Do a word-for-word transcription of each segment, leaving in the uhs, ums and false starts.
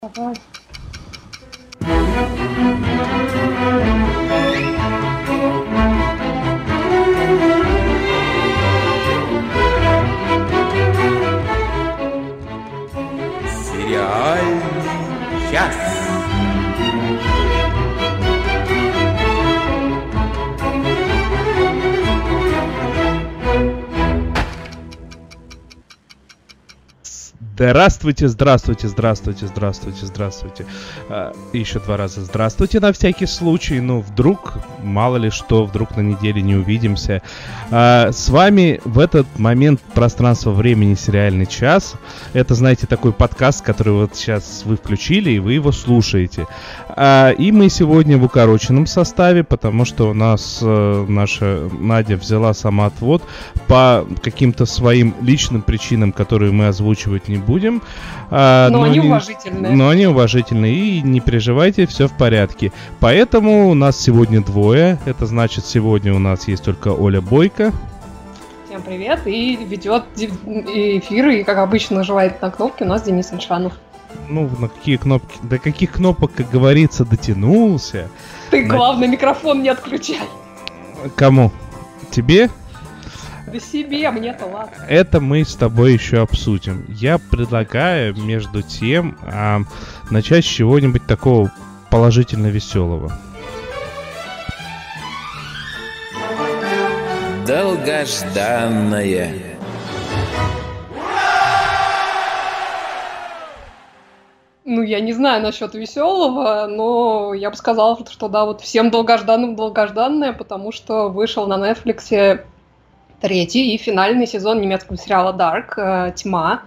Давай. Сериальный час. Здравствуйте, здравствуйте, здравствуйте, здравствуйте, здравствуйте. А, еще два раза здравствуйте на всякий случай. Ну, вдруг, мало ли что, вдруг на неделе не увидимся. А, с вами в этот момент пространства времени сериальный час. Это, знаете, такой подкаст, который вот сейчас вы включили, и вы его слушаете. А, и мы сегодня в укороченном составе, потому что у нас э, наша Надя взяла самоотвод по каким-то своим личным причинам, которые мы озвучивать не будем. будем. А, но, но они не, уважительные. Но они уважительные. И не переживайте, все в порядке. Поэтому у нас сегодня двое. Это значит, сегодня у нас есть только Оля Бойко. Всем привет. И ведет эфир, и, как обычно, нажимает на кнопки у нас Денис Ильшанов. Ну, на какие кнопки? До каких кнопок, как говорится, дотянулся. Ты, на... главное, микрофон не отключай. Кому? Тебе? Да себе, а мне-то ладно. Это мы с тобой еще обсудим. Я предлагаю, между тем, а, начать с чего-нибудь такого положительно веселого. Долгожданное. Ну, я не знаю насчет веселого, но я бы сказала, что да, вот всем долгожданным долгожданное, потому что вышел на Netflix третий и финальный сезон немецкого сериала Dark, э, «Тьма».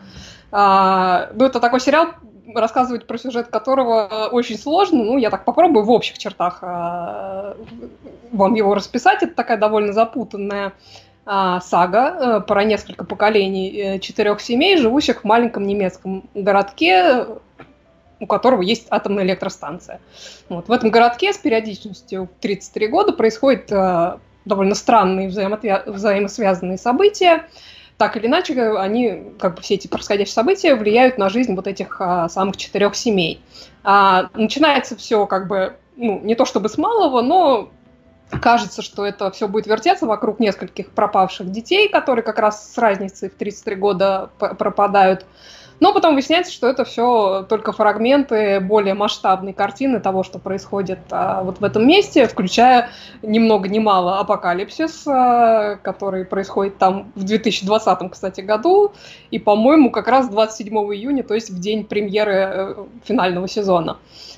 А, ну, это такой сериал, рассказывать про сюжет которого очень сложно. Ну, я так попробую в общих чертах э, вам его расписать. Это такая довольно запутанная э, сага э, про несколько поколений э, четырех семей, живущих в маленьком немецком городке, у которого есть атомная электростанция. Вот. В этом городке с периодичностью в тридцать три года происходит э, довольно странные взаимоотвя- взаимосвязанные события. Так или иначе, они, как бы все эти происходящие события влияют на жизнь вот этих а, самых четырех семей. А, начинается все как бы, ну, не то чтобы с малого, но кажется, что это все будет вертеться вокруг нескольких пропавших детей, которые как раз с разницей в тридцать три года п- пропадают. Но потом выясняется, что это все только фрагменты более масштабной картины того, что происходит а, вот в этом месте, включая ни много ни мало апокалипсис, а, который происходит там в две тысячи двадцатом, кстати, году, и, по-моему, как раз двадцать седьмого июня, то есть в день премьеры э, финального сезона.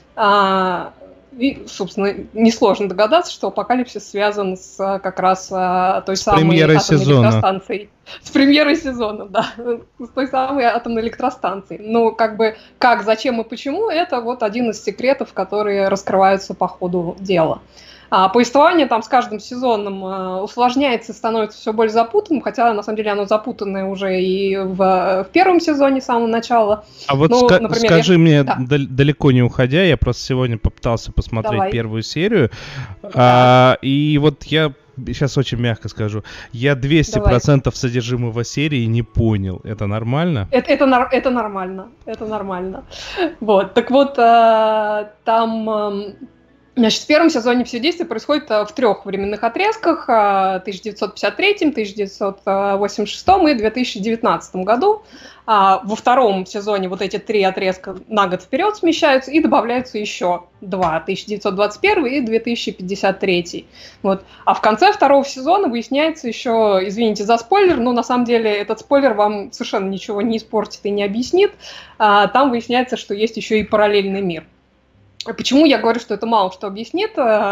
А, И, собственно, несложно догадаться, что апокалипсис связан с как раз а, той с самой атомной сезона. электростанцией. С премьерой сезона, да. С той самой атомной электростанцией. Но как бы как, зачем и почему, это вот один из секретов, которые раскрываются по ходу дела. А повествование там с каждым сезоном а, усложняется, становится все более запутанным, хотя на самом деле оно запутанное уже и в, в первом сезоне с самого начала. А вот ну, ска- например, скажи я... мне, да. дал- далеко не уходя, я просто сегодня попытался посмотреть Давай. первую серию, Да. а, и вот я сейчас очень мягко скажу, я двести процентов Давай. Содержимого серии не понял. Это нормально? Это, это, это нормально, это нормально. Вот, так вот, э, там... Э, Значит, в первом сезоне все действия происходят в трех временных отрезках: тысяча девятьсот пятьдесят третьем, тысяча девятьсот восемьдесят шестом и две тысячи девятнадцатом году. Во втором сезоне вот эти три отрезка на год вперед смещаются, и добавляются еще два: тысяча девятьсот двадцать первый и две тысячи пятьдесят третий. Вот. А в конце второго сезона выясняется еще, извините за спойлер, но на самом деле этот спойлер вам совершенно ничего не испортит и не объяснит. Там выясняется, что есть еще и параллельный мир. Почему я говорю, что это мало что объяснит?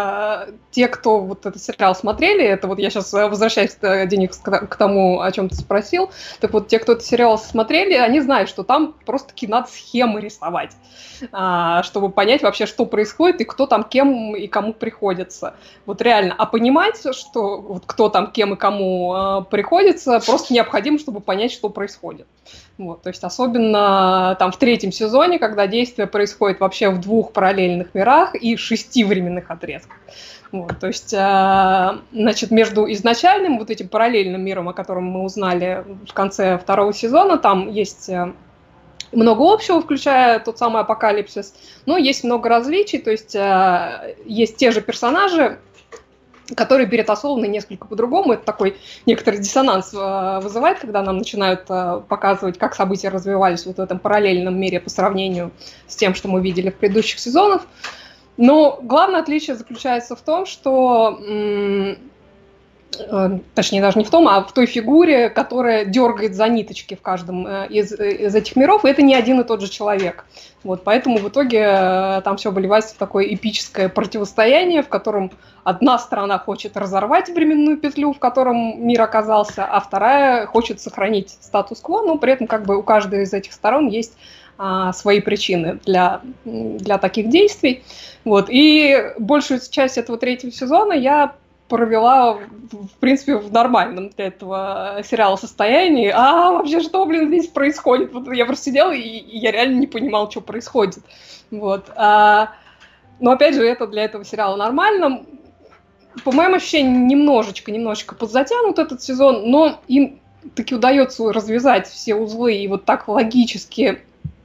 Те, кто вот этот сериал смотрели, это вот я сейчас возвращаюсь, Денис, к тому, о чем ты спросил, так вот, те, кто этот сериал смотрели, они знают, что там просто-таки надо схемы рисовать, чтобы понять вообще, что происходит и кто там кем и кому приходится. Вот реально. А понимать, что вот кто там кем и кому приходится, просто необходимо, чтобы понять, что происходит. Вот, то есть особенно там в третьем сезоне, когда действие происходит вообще в двух параллельных мирах и шести временных отрезках. Вот, то есть, э, значит, между изначальным вот этим параллельным миром, о котором мы узнали в конце второго сезона, там есть э, много общего, включая тот самый Апокалипсис, но есть много различий, то есть э, есть те же персонажи, которые перетасованы несколько по-другому. Это такой некоторый диссонанс э, вызывает, когда нам начинают э, показывать, как события развивались вот в этом параллельном мире по сравнению с тем, что мы видели в предыдущих сезонах. Но главное отличие заключается в том, что... М- точнее, даже не в том, а в той фигуре, которая дергает за ниточки в каждом из, из этих миров, и это не один и тот же человек. Вот, поэтому в итоге там все выливается в такое эпическое противостояние, в котором одна сторона хочет разорвать временную петлю, в котором мир оказался, а вторая хочет сохранить статус-кво, но при этом как бы у каждой из этих сторон есть а, свои причины для, для таких действий. Вот, и большую часть этого третьего сезона я провела, в принципе, в нормальном для этого сериала состоянии. А вообще, что, блин, здесь происходит? Вот я просто сидела, и, и я реально не понимала, что происходит. Вот. А, но, опять же, это для этого сериала нормально. По моим ощущениям, немножечко, немножечко подзатянут этот сезон, но им таки удается развязать все узлы и вот так логически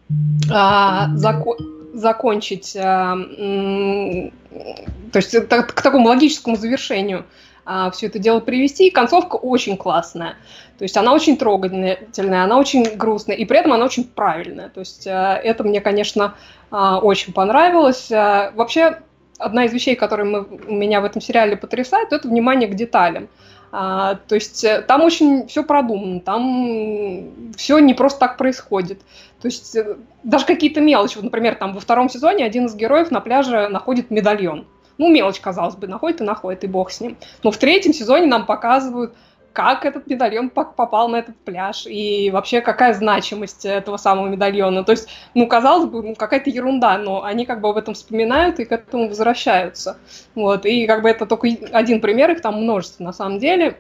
а, зако- закончить... А, м- то есть к такому логическому завершению а, все это дело привести. И концовка очень классная. То есть она очень трогательная, она очень грустная, и при этом она очень правильная. То есть а, это мне, конечно, а, очень понравилось. А, вообще, одна из вещей, которые мы, меня в этом сериале потрясают, это внимание к деталям. А, то есть там очень все продумано, там все не просто так происходит. То есть даже какие-то мелочи. Вот, например, там во втором сезоне один из героев на пляже находит медальон. Ну, мелочь, казалось бы, находит и находит, и бог с ним. Но в третьем сезоне нам показывают, как этот медальон попал на этот пляж, и вообще какая значимость этого самого медальона. То есть, ну, казалось бы, ну, какая-то ерунда, но они как бы об этом вспоминают и к этому возвращаются. Вот, и как бы это только один пример, их там множество на самом деле.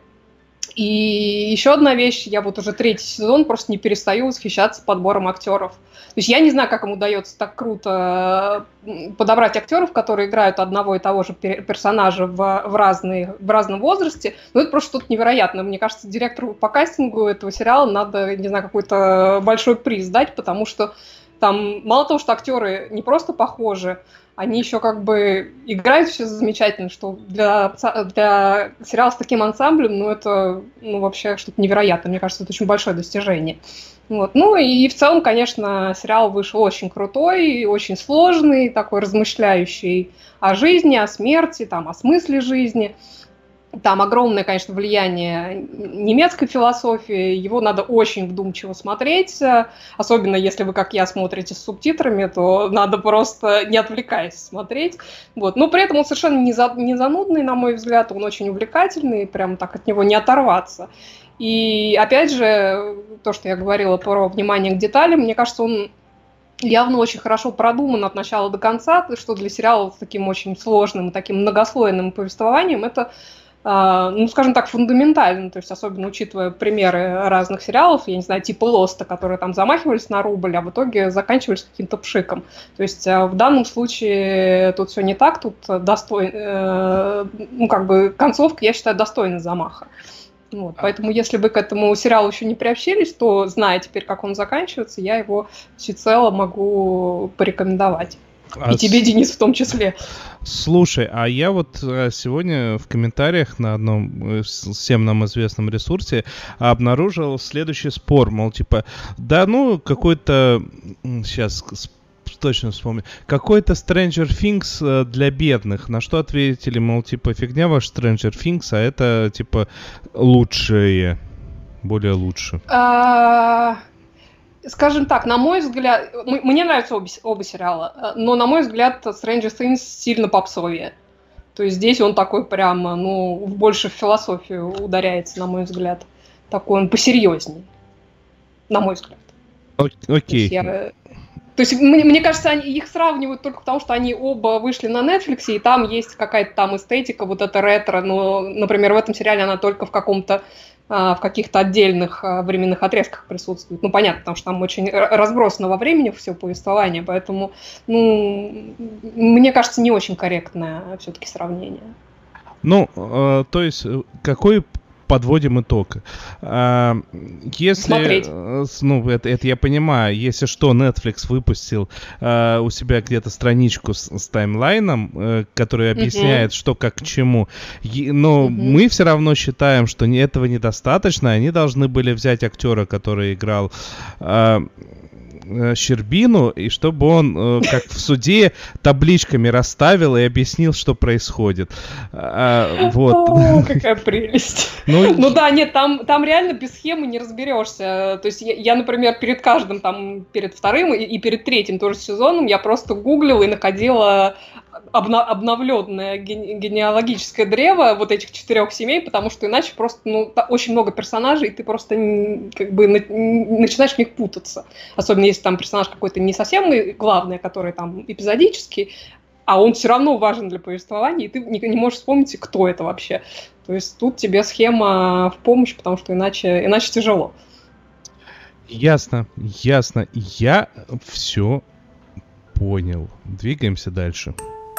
И еще одна вещь, я вот уже третий сезон просто не перестаю восхищаться подбором актеров. То есть я не знаю, как им удается так круто подобрать актеров, которые играют одного и того же персонажа в, в, разные, в разном возрасте, но это просто что-то невероятное. Мне кажется, директору по кастингу этого сериала надо, не знаю, какой-то большой приз дать, потому что там мало того, что актеры не просто похожи, они еще как бы играют все замечательно, что для, для сериала с таким ансамблем, ну, это ну, вообще что-то невероятное. Мне кажется, это очень большое достижение. Вот. Ну, и в целом, конечно, сериал вышел очень крутой, очень сложный, такой размышляющий о жизни, о смерти, там, о смысле жизни. Там огромное, конечно, влияние немецкой философии, его надо очень вдумчиво смотреть, особенно если вы, как я, смотрите с субтитрами, то надо просто не отвлекаясь смотреть. Вот. Но при этом он совершенно не, за, не занудный, на мой взгляд, он очень увлекательный, прям так от него не оторваться. И опять же, то, что я говорила про внимание к деталям, мне кажется, он явно очень хорошо продуман от начала до конца, что для сериала с таким очень сложным, таким многослойным повествованием это, ну, скажем так, фундаментально, то есть особенно учитывая примеры разных сериалов, я не знаю, типа «Лоста», которые там замахивались на рубль, а в итоге заканчивались каким-то пшиком. То есть в данном случае тут все не так, тут достойно, ну, как бы концовка, я считаю, достойна замаха. Вот, поэтому, если вы к этому сериалу еще не приобщились, то, зная теперь, как он заканчивается, я его всецело могу порекомендовать. А И с... тебе, Денис, в том числе. Слушай, а я вот сегодня в комментариях на одном всем нам известном ресурсе обнаружил следующий спор, мол, типа, да ну, какой-то, сейчас точно вспомню, какой-то Stranger Things для бедных, на что ответили, мол, типа, фигня ваш Stranger Things, а это, типа, лучшее, более лучше. А... Скажем так, на мой взгляд, мне нравятся оба, оба сериала, но, на мой взгляд, Stranger Things сильно попсовее. То есть здесь он такой прямо, ну, больше в философию ударяется, на мой взгляд. Такой он посерьезней, на мой взгляд. Окей. Okay. Я... То есть, мне, мне кажется, они, их сравнивают только потому, что они оба вышли на Netflix, и там есть какая-то там эстетика, вот это ретро, но, например, в этом сериале она только в каком-то в каких-то отдельных временных отрезках присутствует. Ну, понятно, потому что там очень разбросано во времени все повествование, поэтому, ну, мне кажется, не очень корректное все-таки сравнение. Ну, э, то есть, какой подводим итог. А, если, Смотреть. Ну, это, это я понимаю. Если что, Netflix выпустил а, у себя где-то страничку с, с таймлайном, а, который объясняет, uh-huh. что, как, к чему. И, но uh-huh. мы все равно считаем, что не, этого недостаточно. Они должны были взять актера, который играл... А, Щербину, и чтобы он, э, как в суде, табличками расставил и объяснил, что происходит. А, вот. О, какая прелесть. Ну, ну да, нет, там, там реально без схемы не разберешься. То есть я, я например, перед каждым, там, перед вторым и, и перед третьим тоже сезоном я просто гуглила и находила обна- обновленное ге- генеалогическое древо вот этих четырех семей, потому что иначе просто, ну, очень много персонажей, и ты просто как бы на- начинаешь в них путаться. Особенно если там персонаж какой-то не совсем главный, который там эпизодический, а он все равно важен для повествования, и ты не, не можешь вспомнить, кто это вообще. То есть тут тебе схема в помощь, потому что иначе, иначе тяжело. Ясно, ясно. Я все понял. Двигаемся дальше.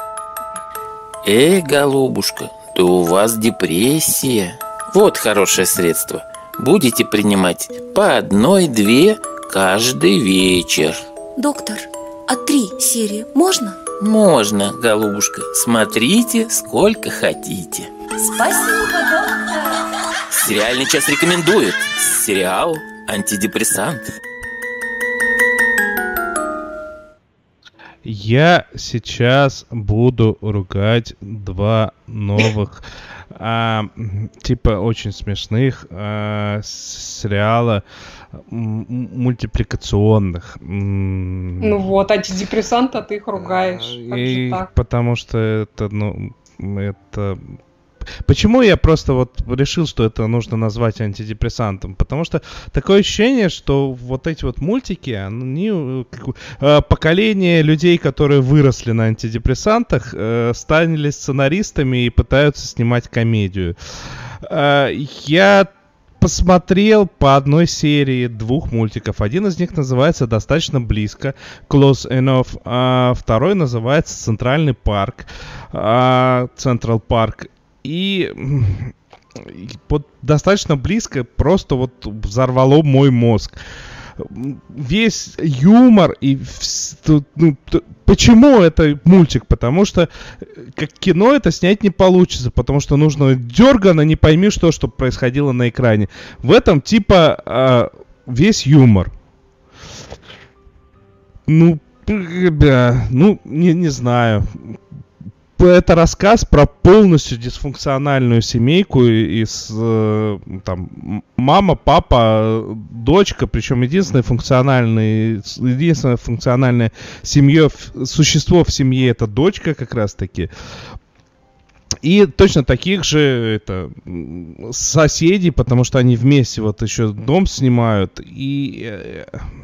Эй, голубушка, да у вас депрессия. Вот хорошее средство. Будете принимать по одной-две каждый вечер. Доктор, а три серии можно? Можно, голубушка. Смотрите, сколько хотите. Спасибо, доктор. Сериальный час рекомендует. Сериал «Антидепрессант». Я сейчас буду ругать два новых, а, типа очень смешных а, сериала м- мультипликационных. Ну вот, антидепрессант, а ты их ругаешь. Как И же так? потому что это, ну, это... Почему я просто вот решил, что это нужно назвать антидепрессантом? Потому что такое ощущение, что вот эти вот мультики, они, как, поколение людей, которые выросли на антидепрессантах, стали сценаристами и пытаются снимать комедию. Я посмотрел по одной серии двух мультиков. Один из них называется «Достаточно близко», «Close Enough», а второй называется «Центральный парк», «Central Park». И вот достаточно близко просто вот взорвало мой мозг. Весь юмор и... Ну, почему это мультик? Потому что как кино это снять не получится, потому что нужно дёрганно, не пойми что, что происходило на экране. В этом типа весь юмор. Ну, ну не, не знаю... Это рассказ про полностью дисфункциональную семейку из э, там мама, папа, дочка, причем единственное функциональное, единственное функциональное семье, существо в семье это дочка как раз таки. И точно таких же это, соседей, потому что они вместе вот еще дом снимают. И...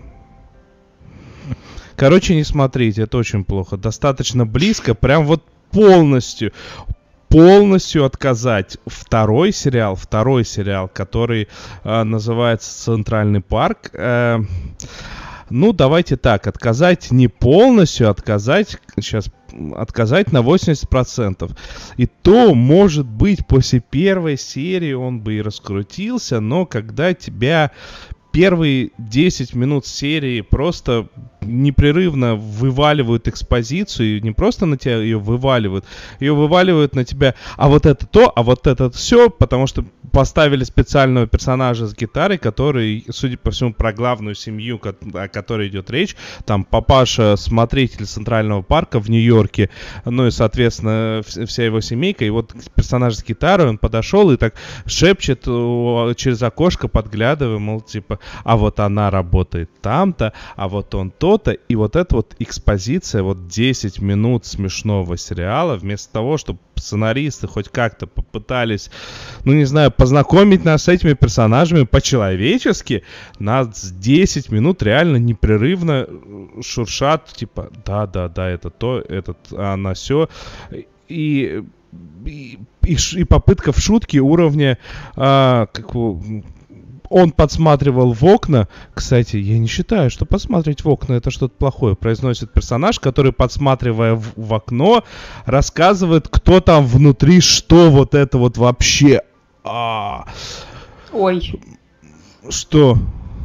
Короче, не смотрите, это очень плохо. Достаточно близко, прям вот полностью, полностью отказать. Второй сериал, второй сериал, который э, называется «Центральный парк». Э, ну, давайте так, отказать не полностью, отказать, сейчас, отказать на восемьдесят процентов. И то, может быть, после первой серии он бы и раскрутился, но когда тебя... Первые десять минут серии просто непрерывно вываливают экспозицию, не просто на тебя ее вываливают, ее вываливают на тебя, а вот это то, а вот это все, потому что поставили специального персонажа с гитарой, который, судя по всему, про главную семью, о которой идет речь, там папаша смотритель Центрального парка в Нью-Йорке, ну и, соответственно, вся его семейка, и вот персонаж с гитарой, он подошел и так шепчет через окошко, подглядывая, мол, типа, а вот она работает там-то, а вот он то-то, и вот эта вот экспозиция, вот десять минут смешного сериала, вместо того, чтобы сценаристы хоть как-то попытались, ну не знаю, познакомить нас с этими персонажами по-человечески, нас десять минут реально непрерывно шуршат, типа, да-да-да, это то, это она сё, и... И, и, и попытка в шутке уровня а, как, он подсматривал в окна. Кстати, я не считаю, что подсматривать в окна это что-то плохое. Произносит персонаж, который, подсматривая в, в окно, рассказывает, кто там внутри, что вот это вот вообще А, Ой. что?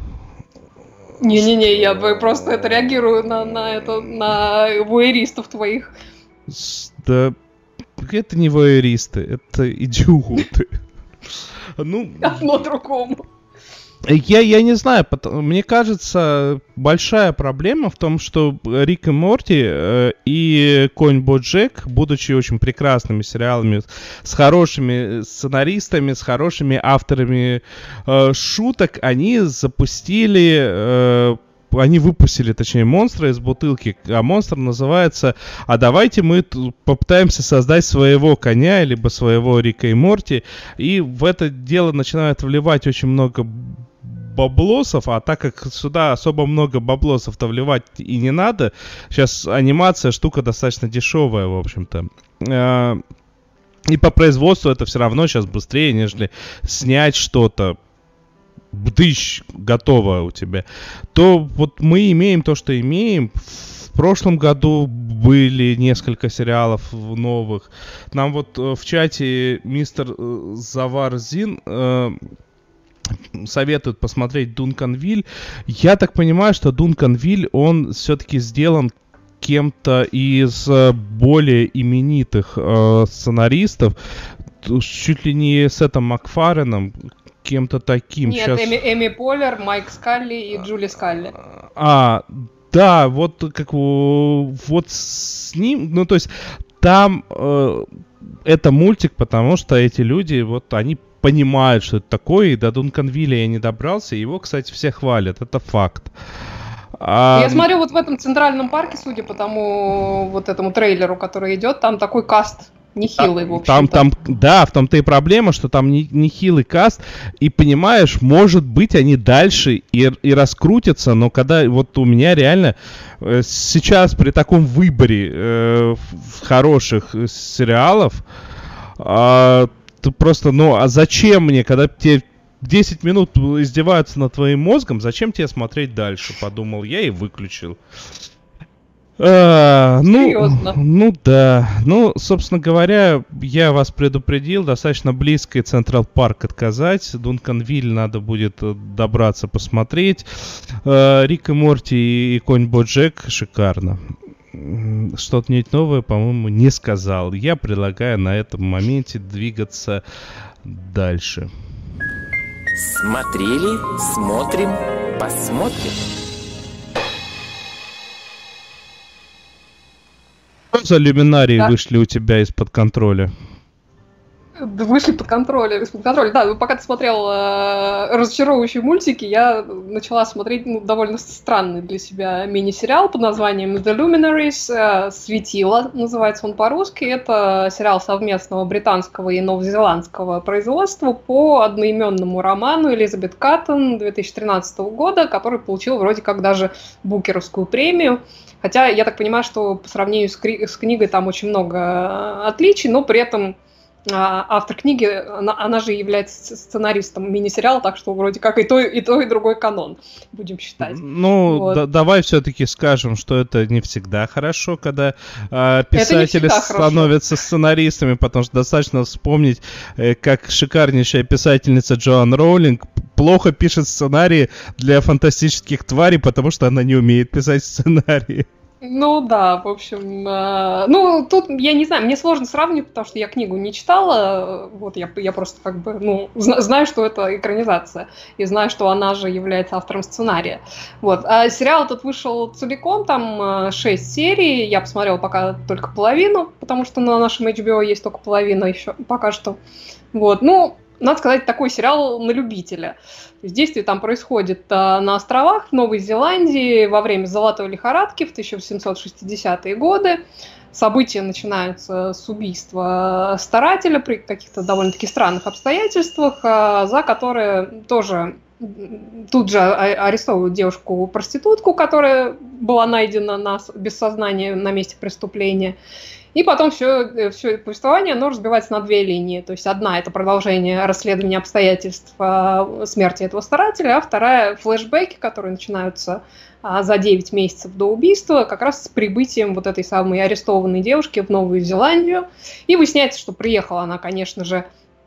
Не-не-не, я бы просто это реагирую на, на это, на вуэристов твоих. С- Да, это не воэристы, это идиоты. Ну, Одно другому. Я, я не знаю, потому- мне кажется, большая проблема в том, что Рик и Морти э, и Конь Боджек, будучи очень прекрасными сериалами с хорошими сценаристами, с хорошими авторами э, шуток, они запустили, э, они выпустили, точнее, монстра из бутылки, а монстр называется «А давайте мы т- попытаемся создать своего коня, либо своего Рика и Морти», и в это дело начинают вливать очень много баблосов, а так как сюда особо много баблосов-то вливать и не надо, сейчас анимация штука достаточно дешевая, в общем-то. Э, И по производству это все равно сейчас быстрее, нежели снять что-то. Бдыщ, готово у тебя. То вот мы имеем то, что имеем. В прошлом году были несколько сериалов новых. Нам вот э, в чате мистер э, Заварзин э, советуют посмотреть Дунканвиль. Я так понимаю, что Дунканвиль, он все-таки сделан кем-то из э, более именитых э, сценаристов, т- чуть ли не с Сетом Макфарленом, кем-то таким. Нет, Щас- Эми, Эми Поллер, Майк Скалли и Джули Скалли. А, да, вот как у- вот с ним, ну то есть там э, это мультик, потому что эти люди, вот они понимают, что это такое, и до Дунканвилля я не добрался, его, кстати, все хвалят, это факт. А, Я смотрю, вот в этом Центральном парке, судя по тому вот этому трейлеру, который идет, там такой каст нехилый, в общем-то. Там, там, да, в том-то и проблема, что там не- нехилый каст, и понимаешь, может быть, они дальше и, и раскрутятся, но когда вот у меня реально э, сейчас при таком выборе э, в- хороших э, сериалов, а, ты просто, ну, а зачем мне, когда тебе десять минут издеваются над твоим мозгом, зачем тебе смотреть дальше, подумал я и выключил. А, ну, Серьезно? ну да. Ну, собственно говоря, я вас предупредил, достаточно близко и Централ Парк отказать. Дунканвиль надо будет э, добраться посмотреть. Э, Рик и Морти и Конь Боджек шикарно. М, Что-то новое, по-моему, не сказал. Я предлагаю на этом моменте двигаться дальше. Смотрели, смотрим, посмотрим. Что за люминарии Да. вышли у тебя из-под контроля? Да, вышли под контроль, из-под контроля. Да, ну, пока ты смотрел э, разочаровывающие мультики, я начала смотреть ну, довольно странный для себя мини-сериал под названием The Luminaries. э, «Светило» называется он по-русски. Это сериал совместного британского и новозеландского производства по одноименному роману Элизабет Каттон две тысячи тринадцатого года, который получил вроде как даже Букеровскую премию. Хотя я так понимаю, что по сравнению с, кри- с книгой там очень много э, отличий, но при этом а, автор книги, она, она же является сценаристом мини-сериала, так что вроде как и то, и то, и другой канон, будем считать. Ну, Вот. да- давай все-таки скажем, что это не всегда хорошо, когда а, писатели всегда хорошо. становятся сценаристами, потому что достаточно вспомнить, э, как шикарнейшая писательница Джоан Роулинг п- плохо пишет сценарии для фантастических тварей, потому что она не умеет писать сценарии. Ну да, в общем, э, ну тут я не знаю, мне сложно сравнивать, потому что я книгу не читала, вот я, я просто как бы, ну, зна- знаю, что это экранизация, и знаю, что она же является автором сценария. Вот, а сериал этот вышел целиком, там шесть серий, я посмотрела пока только половину, потому что на нашем эйч би о есть только половина еще пока что. Вот, ну, надо сказать, такой сериал на любителя. То есть действие там происходит а, на островах в Новой Зеландии во время золотой лихорадки в тысяча восемьсот шестидесятые годы. События начинаются с убийства старателя при каких-то довольно-таки странных обстоятельствах, а, за которое тоже м, тут же а- арестовывают девушку-проститутку, которая была найдена на, с- без сознания на месте преступления. И потом все, все повествование, оно разбивается на две линии. То есть одна – это продолжение расследования обстоятельств а, смерти этого старателя, а вторая – флешбеки, которые начинаются а, за девять месяцев до убийства, как раз с прибытием вот этой самой арестованной девушки в Новую Зеландию. И выясняется, что приехала она, конечно же,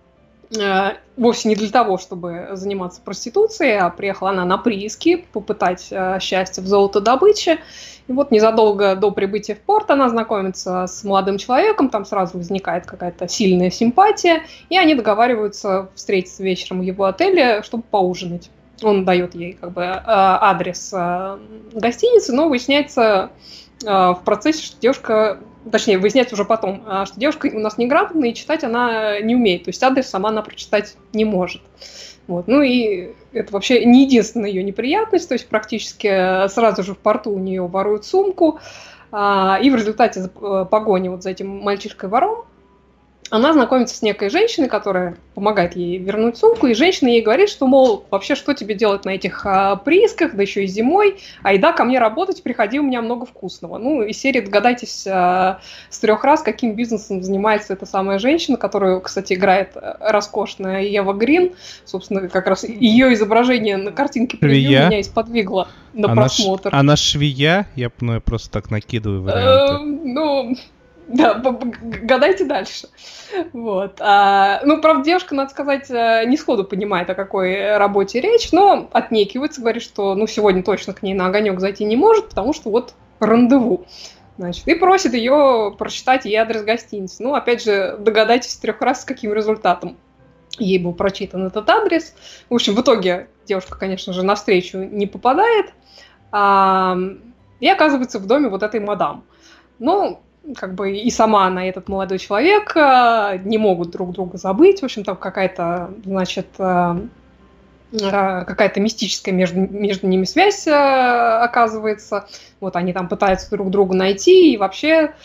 э, вовсе не для того, чтобы заниматься проституцией, а приехала она на прииски попытать э, счастье в золотодобыче. И вот незадолго до прибытия в порт она знакомится с молодым человеком, там сразу возникает какая-то сильная симпатия, и они договариваются встретиться вечером в его отеле, чтобы поужинать. Он дает ей как бы адрес гостиницы, но выясняется в процессе, что девушка, точнее, выясняется уже потом, что девушка у нас неграмотная, и читать она не умеет, то есть адрес сама она прочитать не может. Вот. Ну и это вообще не единственная ее неприятность, то есть практически сразу же в порту у нее воруют сумку, и в результате погони вот за этим мальчишкой-вором она знакомится с некой женщиной, которая помогает ей вернуть сумку, и женщина ей говорит, что, мол, вообще, что тебе делать на этих а, приисках, да еще и зимой, айда ко мне работать, приходи, у меня много вкусного. Ну, из серии догадайтесь а, с трех раз, каким бизнесом занимается эта самая женщина, которую, кстати, играет роскошная Ева Грин. Собственно, как раз ее изображение на картинке превью меня и сподвигло на она просмотр. Ш... Она швея? Я, ну, я просто так накидываю варианты. Ну... Да, гадайте дальше. Вот. А, ну, правда, девушка, надо сказать, не сходу понимает, о какой работе речь, но отнекивается, говорит, что ну, сегодня точно к ней на огонек зайти не может, потому что вот рандеву. Значит, и просит ее прочитать ей адрес гостиницы. Ну, опять же, догадайтесь с трех раз, с каким результатом ей был прочитан этот адрес. В общем, в итоге девушка, конечно же, навстречу не попадает, а, и оказывается в доме вот этой мадам. Ну, как бы и сама она, и этот молодой человек не могут друг друга забыть. В общем, там какая-то, значит, какая-то мистическая между, между ними связь оказывается. Вот они там пытаются друг друга найти, и вообще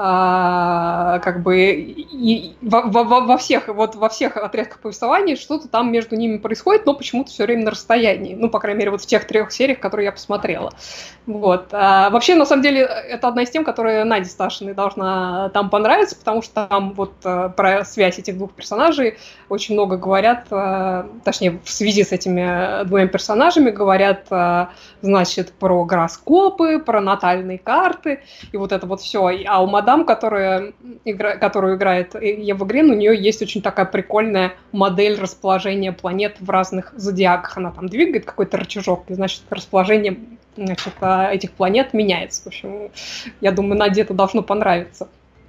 а, как бы и во, во, во всех вот во всех отрезках повествования что-то там между ними происходит, но почему-то все время на расстоянии. Ну, по крайней мере, вот в тех трех сериях, которые я посмотрела. Вот. А, вообще, на самом деле, это одна из тем, которая Наде Сташиной должна там понравиться, потому что там вот про связь этих двух персонажей очень много говорят, точнее, в связи с этими двумя персонажами говорят, значит, про гороскопы, про натальные карты, и вот это вот все. А у мадам, которая, игра, которую играет Ева Грин, у нее есть очень такая прикольная модель расположения планет в разных зодиаках. Она там двигает какой-то рычажок, и, значит, расположение, значит, этих планет меняется. В общем, я думаю, Наде это должно понравиться.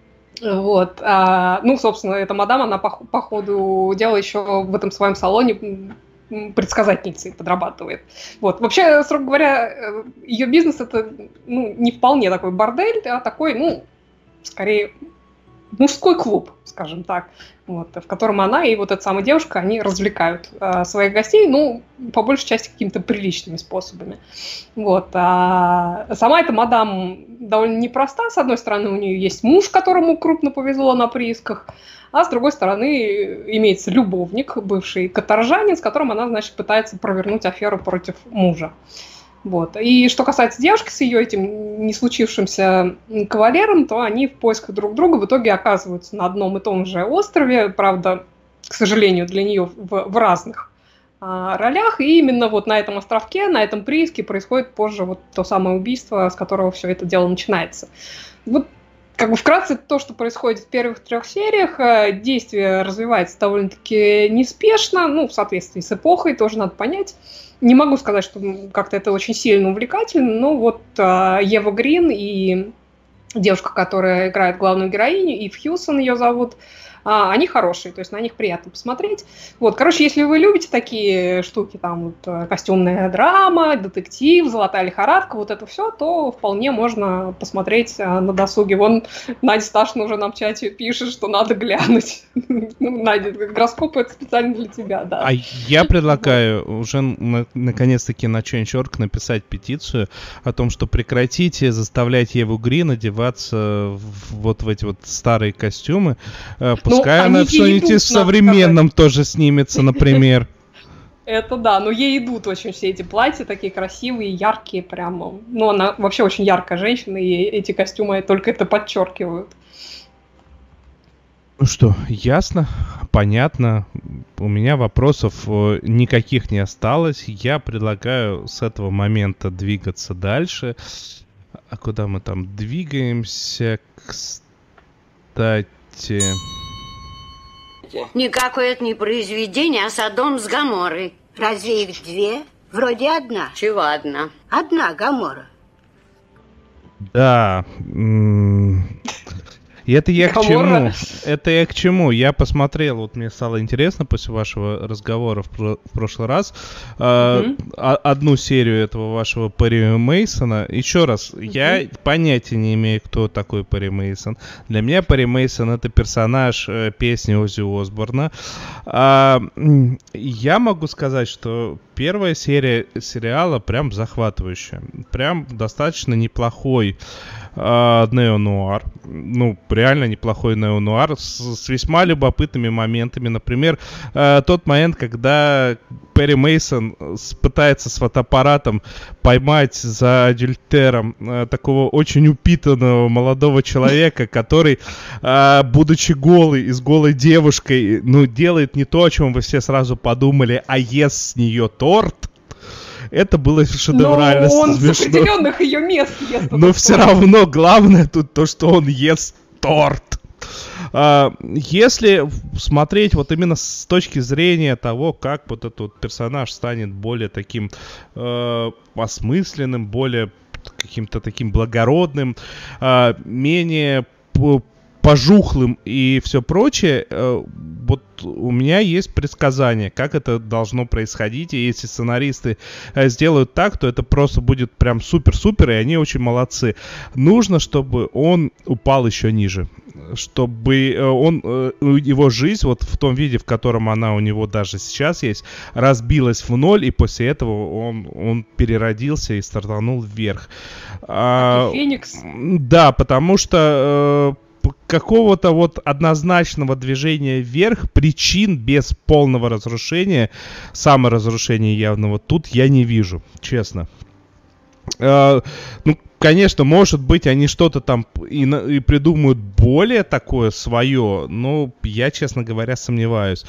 Вот. А, ну, собственно, эта мадам, она по, по ходу дела еще в этом своем салоне предсказательницей подрабатывает. Вот. Вообще, строго говоря, ее бизнес это ну, не вполне такой бордель, а такой, ну, скорее, мужской клуб, скажем так, вот, в котором она и вот эта самая девушка, они развлекают э, своих гостей, ну, по большей части какими-то приличными способами. Вот. А сама эта мадам довольно непроста. С одной стороны, у нее есть муж, которому крупно повезло на приисках, а с другой стороны, имеется любовник, бывший каторжанин, с которым она, значит, пытается провернуть аферу против мужа. Вот. И что касается девушки с ее этим не случившимся кавалером, то они в поисках друг друга в итоге оказываются на одном и том же острове, правда, к сожалению, для нее в, в разных а, ролях, и именно вот на этом островке, на этом прииске происходит позже вот то самое убийство, с которого все это дело начинается. Вот как бы вкратце то, что происходит в первых трех сериях, действие развивается довольно-таки неспешно, ну, в соответствии с эпохой, тоже надо понять. Не могу сказать, что как-то это очень сильно увлекательно, но вот э, Ева Грин и девушка, которая играет главную героиню, Ив Хьюсон ее зовут, э, они хорошие, то есть на них приятно посмотреть. Вот, короче, если вы любите такие штуки, там вот, костюмная драма, детектив, золотая лихорадка, вот это все, то вполне можно посмотреть э, на досуге. Вон Надя Сташина уже нам в чате пишет, что надо глянуть. Ну, Надя, гороскоп это специально для тебя, да. А я предлагаю уже на- наконец-таки на Change точка орг написать петицию о том, что прекратите заставлять Еву Грин одеваться в, вот в эти вот старые костюмы. Э, Пускай Ну, она они в ей что-нибудь идут, в надо современном тоже снимется, например. Это да, но ей идут очень все эти платья, такие красивые, яркие прямо. Ну, она вообще очень яркая женщина, и эти костюмы только это подчеркивают. Ну что, ясно, понятно. У меня вопросов э, никаких не осталось. Я предлагаю с этого момента двигаться дальше. А куда мы там двигаемся? Кстати... думаете? Никакое это не произведение, а Содом с Гоморрой. Разве их две? Вроде одна. Чего одна? Одна Гоморра. Да. м, И это я к Гоморра. чему? Это я к чему? Я посмотрел, вот мне стало интересно после вашего разговора в, про- в прошлый раз, э, Мгм. о- одну серию этого вашего Перри Мейсона. Еще раз, я понятия не имею, кто такой Перри Мейсон. Для меня Перри Мейсон — это персонаж э, песни Оззи Осборна. А, м, я могу сказать, что первая серия сериала прям захватывающая. Прям достаточно неплохой а, неонуар. Ну, реально неплохой неонуар с, с весьма любопытными моментами. Например, а, тот момент, когда Перри Мейсон с- пытается с фотоаппаратом поймать за адюльтером а, такого очень упитанного молодого человека, который, а, будучи голый и с голой девушкой, ну, делает не то, о чем вы все сразу подумали, а ест с нее торт. Это было шедеврально Но он с смешно. определенных ее мест ест. Но этот все торт. равно главное тут то, что он ест торт. А, Если в- смотреть вот именно с точки зрения того, как вот этот вот персонаж станет более таким э, осмысленным, более каким-то таким благородным, а, менее п- пожухлым и все прочее, э, вот у меня есть предсказание, как это должно происходить, и если сценаристы э, сделают так, то это просто будет прям супер-супер, и они очень молодцы. Нужно, чтобы он упал еще ниже, чтобы э, он, э, его жизнь вот в том виде, в котором она у него даже сейчас есть, разбилась в ноль, и после этого он, он переродился и стартанул вверх. А, Как и Феникс. М, Да, потому что э, п- какого-то вот однозначного движения вверх, причин без полного разрушения, саморазрушения явного, тут я не вижу, честно. Э, ну, конечно, может быть, они что-то там и, на- и придумают более такое свое, но я, честно говоря, сомневаюсь.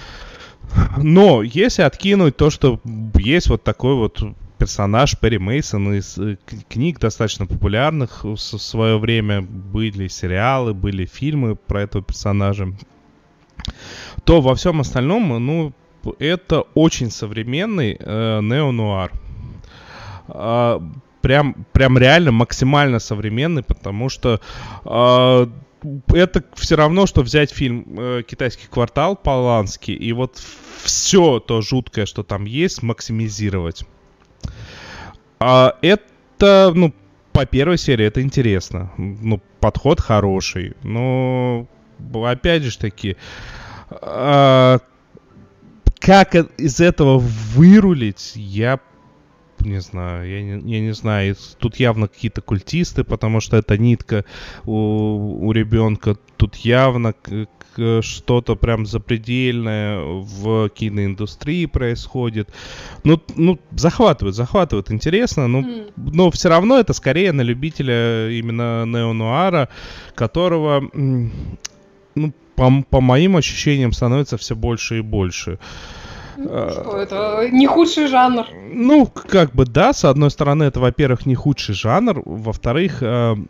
Но если откинуть то, что есть вот такой вот персонаж Перри Мейсон из э, к- книг достаточно популярных в с- свое время, были сериалы, были фильмы про этого персонажа, то во всем остальном, ну, п- это очень современный э, неонуар. А, прям, прям реально максимально современный, потому что а, это все равно, что взять фильм э, «Китайский квартал» Полански и вот все то жуткое, что там есть, максимизировать. А это, ну, по первой серии это интересно. Ну, подход хороший. Но, опять же таки, а, как э- из этого вырулить, я не знаю, я не, я не знаю. И тут явно какие-то культисты, потому что это нитка у, у ребенка. Тут явно к- к- что-то прям запредельное в киноиндустрии происходит. Ну, ну, захватывает, захватывает, интересно, но, М. но все равно это скорее на любителя именно неонуара, которого, м, ну, по, по моим ощущениям, становится все больше и больше. Что это? Не худший жанр. Ну, как бы да, с одной стороны, это, во-первых, не худший жанр, во-вторых,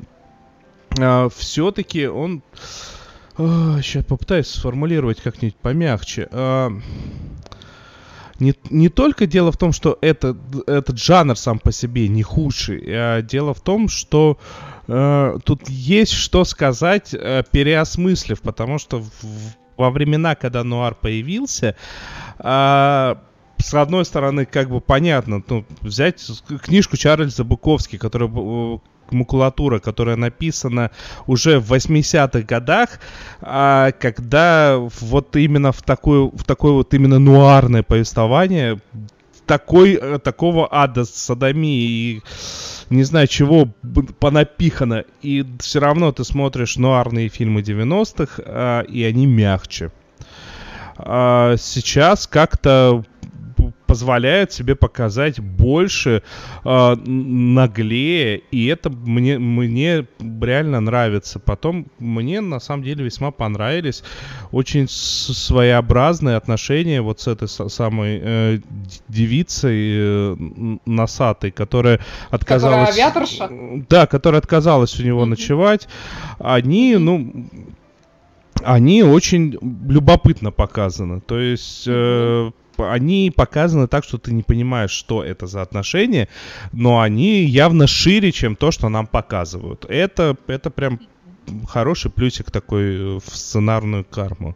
все-таки он... Сейчас попытаюсь сформулировать как-нибудь помягче. А, Не, не только дело в том, что это, этот жанр сам по себе не худший, а дело в том, что э, тут есть что сказать, э, переосмыслив, потому что в, во времена, когда нуар появился, э, с одной стороны, как бы понятно, ну, взять книжку Чарльза Буковски, которая э, макулатура, которая написана уже в восьмидесятых годах, а, когда вот именно в такое, в такое вот именно нуарное повествование, такой, такого ада, содомии и не знаю чего понапихано, и все равно ты смотришь нуарные фильмы девяностых, а, и они мягче. А сейчас как-то позволяет себе показать больше, э, наглее, и это мне, мне реально нравится. Потом мне на самом деле весьма понравились очень своеобразные отношения вот с этой самой э, девицей э, носатой, которая отказалась... Которая авиаторша? Да, которая отказалась у него Mm-hmm. ночевать. Они, ну... они очень любопытно показаны. То есть э, они показаны так, что ты не понимаешь, что это за отношения, но они явно шире, чем то, что нам показывают. Это, это прям хороший плюсик такой в сценарную карму.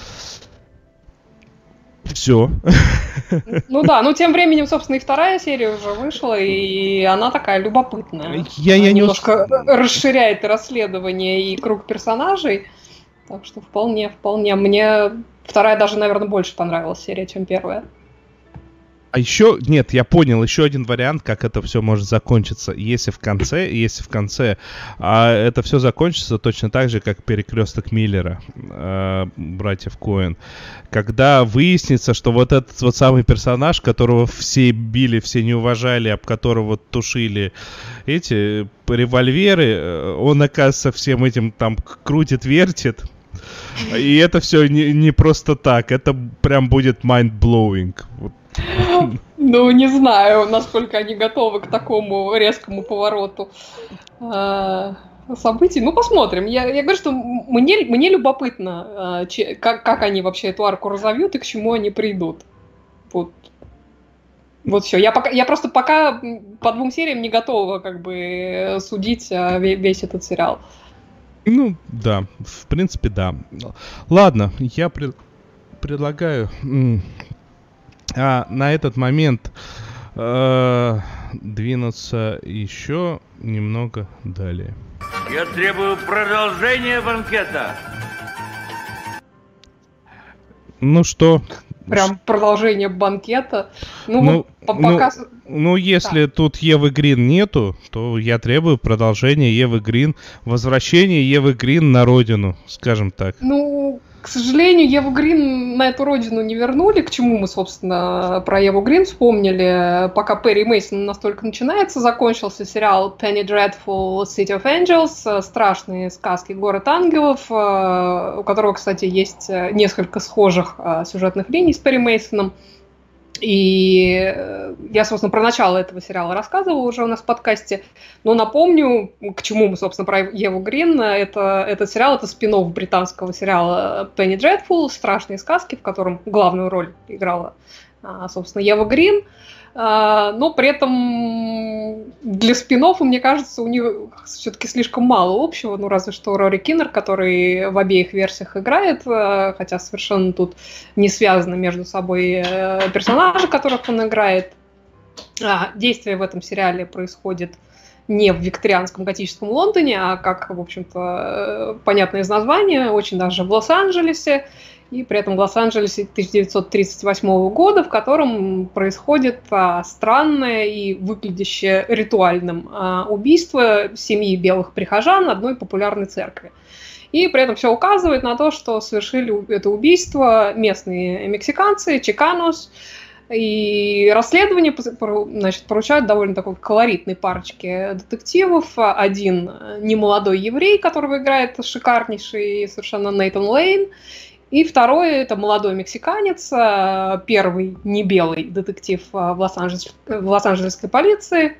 Все. Ну да, ну тем временем, собственно, и вторая серия уже вышла, и она такая любопытная. Я, я немножко не... расширяет расследование и круг персонажей. Так что вполне, вполне. Мне вторая даже, наверное, больше понравилась серия, чем первая. А еще, нет, я понял, еще один вариант, как это все может закончиться. Если в конце, если в конце а это все закончится точно так же, как «Перекресток Миллера», э, братьев Коэн. Когда выяснится, что вот этот вот самый персонаж, которого все били, все не уважали, об которого тушили эти револьверы, он, оказывается, всем этим там крутит-вертит. И это все не, не просто так, это прям будет mind-blowing. Вот. Ну, не знаю, насколько они готовы к такому резкому повороту э, событий. Ну, посмотрим. Я, я говорю, что мне, мне любопытно, э, че, как, как они вообще эту арку разовьют и к чему они придут. Вот, вот все. Я, пока, я просто пока по двум сериям не готова как бы судить э, весь этот сериал. Ну, да, в принципе, да. Ладно, я пред, предлагаю... А на этот момент э, двинуться еще немного далее. Я требую продолжения банкета. Ну что? Прям продолжение банкета. Ну, ну, вот, пока... ну, ну если да. тут Евы Грин нету, то я требую продолжения Евы Грин, возвращения Евы Грин на родину, скажем так. Ну... К сожалению, Еву Грин на эту родину не вернули, к чему мы, собственно, про Еву Грин вспомнили. Пока Перри Мейсон настолько начинается, закончился сериал Penny Dreadful City of Angels, страшные сказки «Город ангелов», у которого, кстати, есть несколько схожих сюжетных линий с Перри Мейсоном. И я, собственно, про начало этого сериала рассказывала уже у нас в подкасте, но напомню, к чему мы, собственно, про Еву Грин. Это, этот сериал — это спин-офф британского сериала Penny Dreadful, страшные сказки, в котором главную роль играла, собственно, Ева Грин. Но при этом для спин-оффа, мне кажется, у них все-таки слишком мало общего, ну разве что Рори Киннер, который в обеих версиях играет, хотя совершенно тут не связаны между собой персонажи, которых он играет. Действие в этом сериале происходит не в викторианском готическом Лондоне, а, как, в общем-то, понятно из названия, очень даже в Лос-Анджелесе. И при этом в Лос-Анджелесе тысяча девятьсот тридцать восьмого года, в котором происходит а, странное и выглядящее ритуальным а, убийство семьи белых прихожан одной популярной церкви. И при этом все указывает на то, что совершили это убийство местные мексиканцы, чиканос. И расследование, значит, поручают довольно такой колоритной парочке детективов. Один немолодой еврей, которого играет шикарнейший совершенно Нейтан Лейн. И второй — это молодой мексиканец, первый не белый детектив в Лос-Анджелес, в Лос-Анджелесской полиции,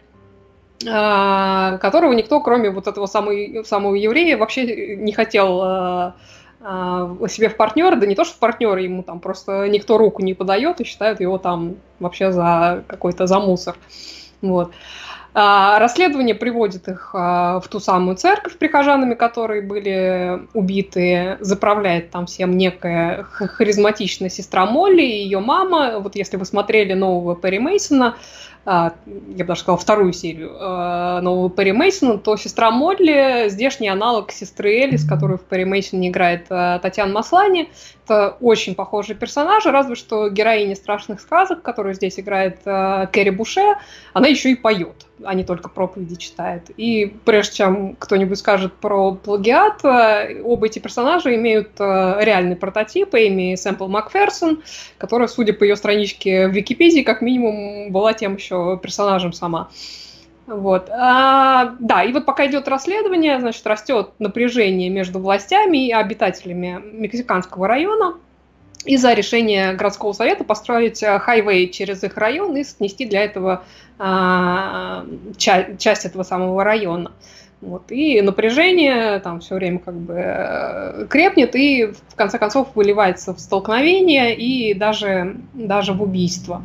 которого никто, кроме вот этого самого, самого еврея, вообще не хотел себе в партнеры. Да не то, что в партнеры, ему там просто никто руку не подает и считают его там вообще за какой-то за мусор. Вот. Расследование приводит их в ту самую церковь, прихожанами которые были убиты. Заправляет там всем некая харизматичная сестра Молли и ее мама. Вот если вы смотрели нового Перри Мейсона, я бы даже сказала вторую серию нового Перри Мейсона, то сестра Молли — здешний аналог сестры Элис, которую в Перри Мейсоне играет Татьяна Маслани. Это очень похожие персонажи, разве что героиня «Страшных сказок», которую здесь играет Кэрри Буше, она еще и поет, а не только проповеди читает. И прежде чем кто-нибудь скажет про плагиат, оба эти персонажа имеют реальный прототип Эми Сэмпл Макферсон, которая, судя по ее страничке в Википедии, как минимум была тем еще персонажем сама. Вот. А, да, и вот пока идет расследование, значит, растет напряжение между властями и обитателями мексиканского района из-за решения городского совета построить хайвей через их район и снести для этого а, ча- часть этого самого района. Вот, и напряжение там все время как бы крепнет, и в конце концов выливается в столкновение и даже, даже в убийство.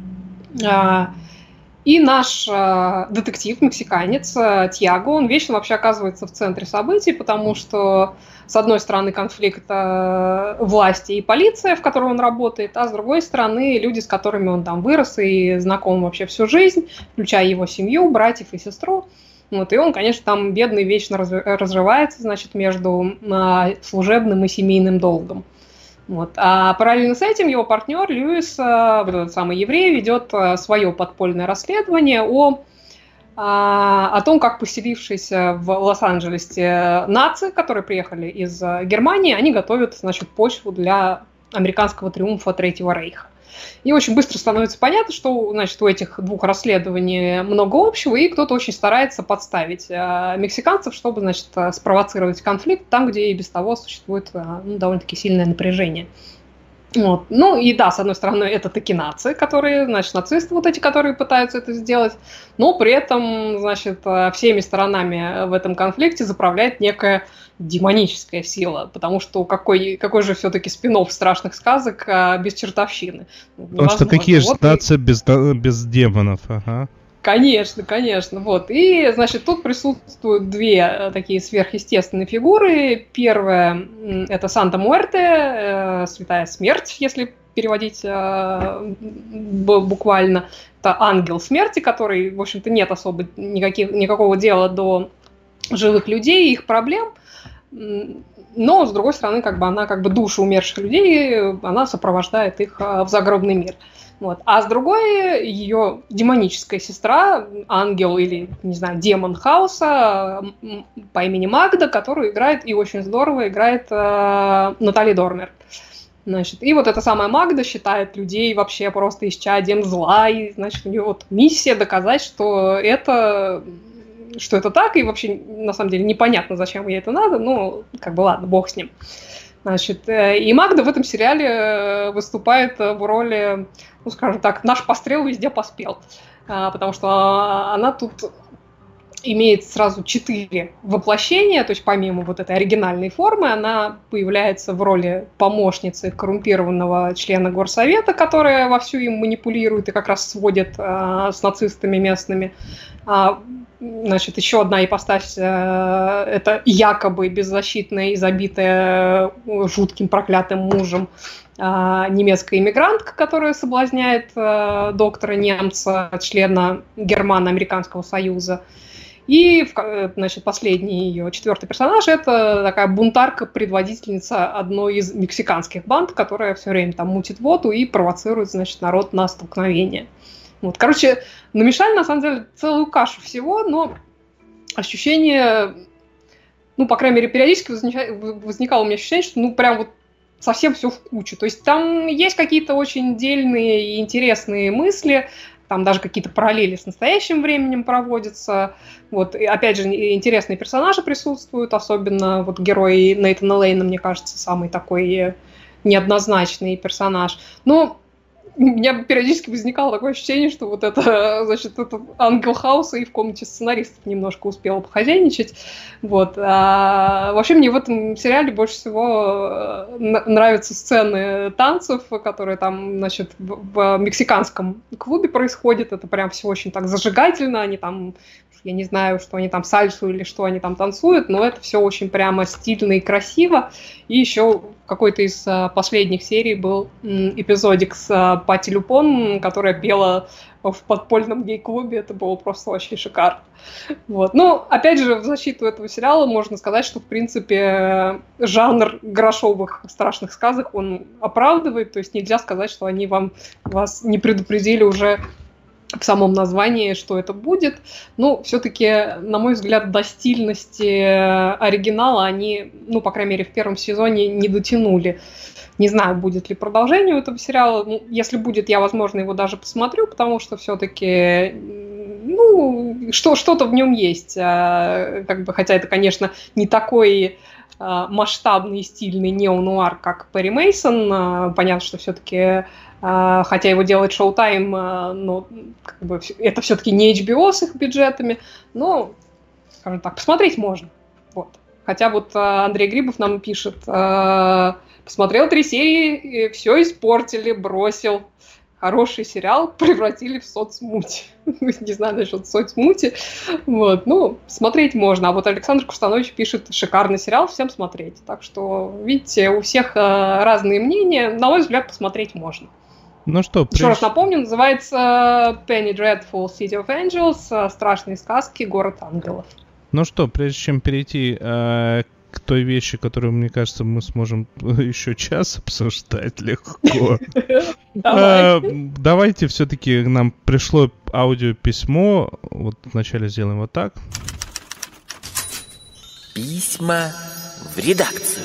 И наш детектив, мексиканец Тьяго, он вечно вообще оказывается в центре событий, потому что, с одной стороны, конфликт власти и полиция, в которой он работает, а с другой стороны, люди, с которыми он там вырос и знаком вообще всю жизнь, включая его семью, братьев и сестру. Вот, и он, конечно, там бедный вечно разрывается, значит, между служебным и семейным долгом. Вот. А параллельно с этим его партнер Льюис, вот этот самый еврей, ведет свое подпольное расследование о, о том, как поселившиеся в Лос-Анджелесе нации, которые приехали из Германии, они готовят, значит, почву для американского триумфа Третьего Рейха. И очень быстро становится понятно, что, значит, у этих двух расследований много общего, и кто-то очень старается подставить мексиканцев, чтобы, значит, спровоцировать конфликт там, где и без того существует, ну, довольно-таки сильное напряжение. Вот. Ну и да, с одной стороны, это таки нации, которые, значит, нацисты вот эти, которые пытаются это сделать, но при этом, значит, всеми сторонами в этом конфликте заправляет некая демоническая сила, потому что какой, какой же все-таки спин-офф страшных сказок а, без чертовщины? Потому что какие же вот нации и... без, без демонов, ага. Конечно, конечно, вот. И, значит, тут присутствуют две такие сверхъестественные фигуры. Первая – это Санта-Муэрте, э, Святая Смерть, если переводить э, буквально. Это ангел смерти, который, в общем-то, нет особо никаких, никакого дела до живых людей и их проблем. Но, с другой стороны, как бы она как бы души умерших людей, она сопровождает их в загробный мир. Вот. А с другой, ее демоническая сестра, ангел или, не знаю, демон хаоса по имени Магда, которую играет, и очень здорово играет э, Натали Дормер. Значит, и вот эта самая Магда считает людей вообще просто исчадием зла, и, значит, у нее вот миссия доказать, что это... что это так, и вообще, на самом деле, непонятно, зачем ей это надо, но, как бы, ладно, бог с ним. Значит, и Магда в этом сериале выступает в роли, ну, скажем так, наш пострел везде поспел, потому что она тут имеет сразу четыре воплощения, то есть помимо вот этой оригинальной формы, она появляется в роли помощницы коррумпированного члена горсовета, которая вовсю им манипулирует и как раз сводит с нацистами местными. Значит, еще одна ипостась – это якобы беззащитная и забитая жутким проклятым мужем немецкая иммигрантка, которая соблазняет доктора немца, члена Германо-Американского союза. И, значит, последний ее, четвертый персонаж – это такая бунтарка-предводительница одной из мексиканских банд, которая все время там мутит воду и провоцирует, значит, народ на столкновение. Вот, короче, намешали, на самом деле, целую кашу всего, но ощущение, ну, по крайней мере, периодически возникало у меня ощущение, что, ну, прям вот совсем все в кучу. То есть там есть какие-то очень дельные и интересные мысли, там даже какие-то параллели с настоящим временем проводятся. Вот, и, опять же, интересные персонажи присутствуют, особенно вот герой Нейтана Лейна, мне кажется, самый такой неоднозначный персонаж. Но у меня периодически возникало такое ощущение, что вот это, значит, этот ангел хаоса и в комнате сценаристов немножко успела похозяйничать. Вот. А вообще мне в этом сериале больше всего нравятся сцены танцев, которые там, значит, в мексиканском клубе происходят. Это прям все очень так зажигательно. Они там, я не знаю, что они там сальсу или что они там танцуют, но это все очень прямо стильно и красиво. И еще в какой-то из последних серий был эпизодик с Пати Люпон, которая пела в подпольном гей-клубе. Это было просто очень шикарно. Вот. Ну, опять же, в защиту этого сериала можно сказать, что, в принципе, жанр грошовых страшных сказок он оправдывает. То есть нельзя сказать, что они вам, вас не предупредили уже в самом названии, что это будет. Но все-таки, на мой взгляд, до стильности оригинала они, ну, по крайней мере, в первом сезоне не дотянули. Не знаю, будет ли продолжение у этого сериала. Ну, если будет, я, возможно, его даже посмотрю, потому что все-таки, ну, что, что-то в нем есть. Как бы, хотя это, конечно, не такой масштабный и стильный неонуар, как Перри Мейсон. Понятно, что все-таки, хотя его делает Showtime, но как бы, это все-таки не эйч би о с их бюджетами, но скажем так, посмотреть можно. Вот. Хотя вот Андрей Грибов нам пишет, посмотрел три серии, все испортили, бросил. Хороший сериал превратили в соцмуть. Не знаю насчет соцмути. Вот. Ну, смотреть можно. А вот Александр Кустанович пишет, шикарный сериал, всем смотреть. Так что, видите, у всех разные мнения. На мой взгляд, посмотреть можно. Ну что, Еще прежде... раз напомню, называется Penny Dreadful City of Angels, страшные сказки, город ангелов. Ну что, прежде чем перейти э, к той вещи, которую, мне кажется, мы сможем еще час обсуждать легко, давайте все-таки нам пришло аудиописьмо. Вот вначале сделаем вот так. Письма в редакцию.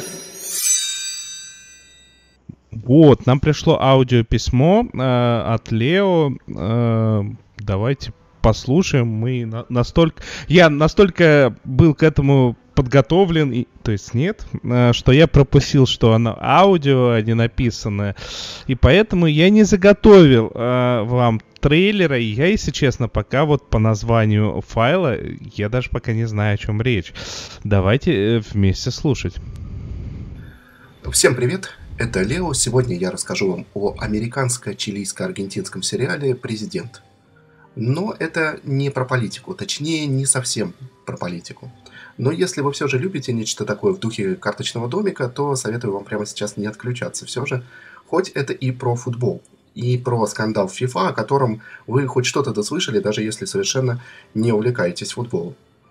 Вот, нам пришло аудиописьмо э, от Лео. Э, давайте послушаем. Мы на- настолько... Я настолько был к этому подготовлен, и, то есть нет, э, что я пропустил, что оно аудио, а не написанное. И поэтому я не заготовил э, вам трейлера. И я, если честно, пока вот по названию файла, я даже пока не знаю, о чем речь. Давайте э, вместе слушать. Всем привет! Это Лео. Сегодня я расскажу вам о американско-чилийско-аргентинском сериале «Президент». Но это не про политику, точнее, не совсем про политику. Но если вы все же любите нечто такое в духе карточного домика, то советую вам прямо сейчас не отключаться. Все же, хоть это и про футбол, и про скандал в FIFA, о котором вы хоть что-то дослышали, даже если совершенно не увлекаетесь футболом.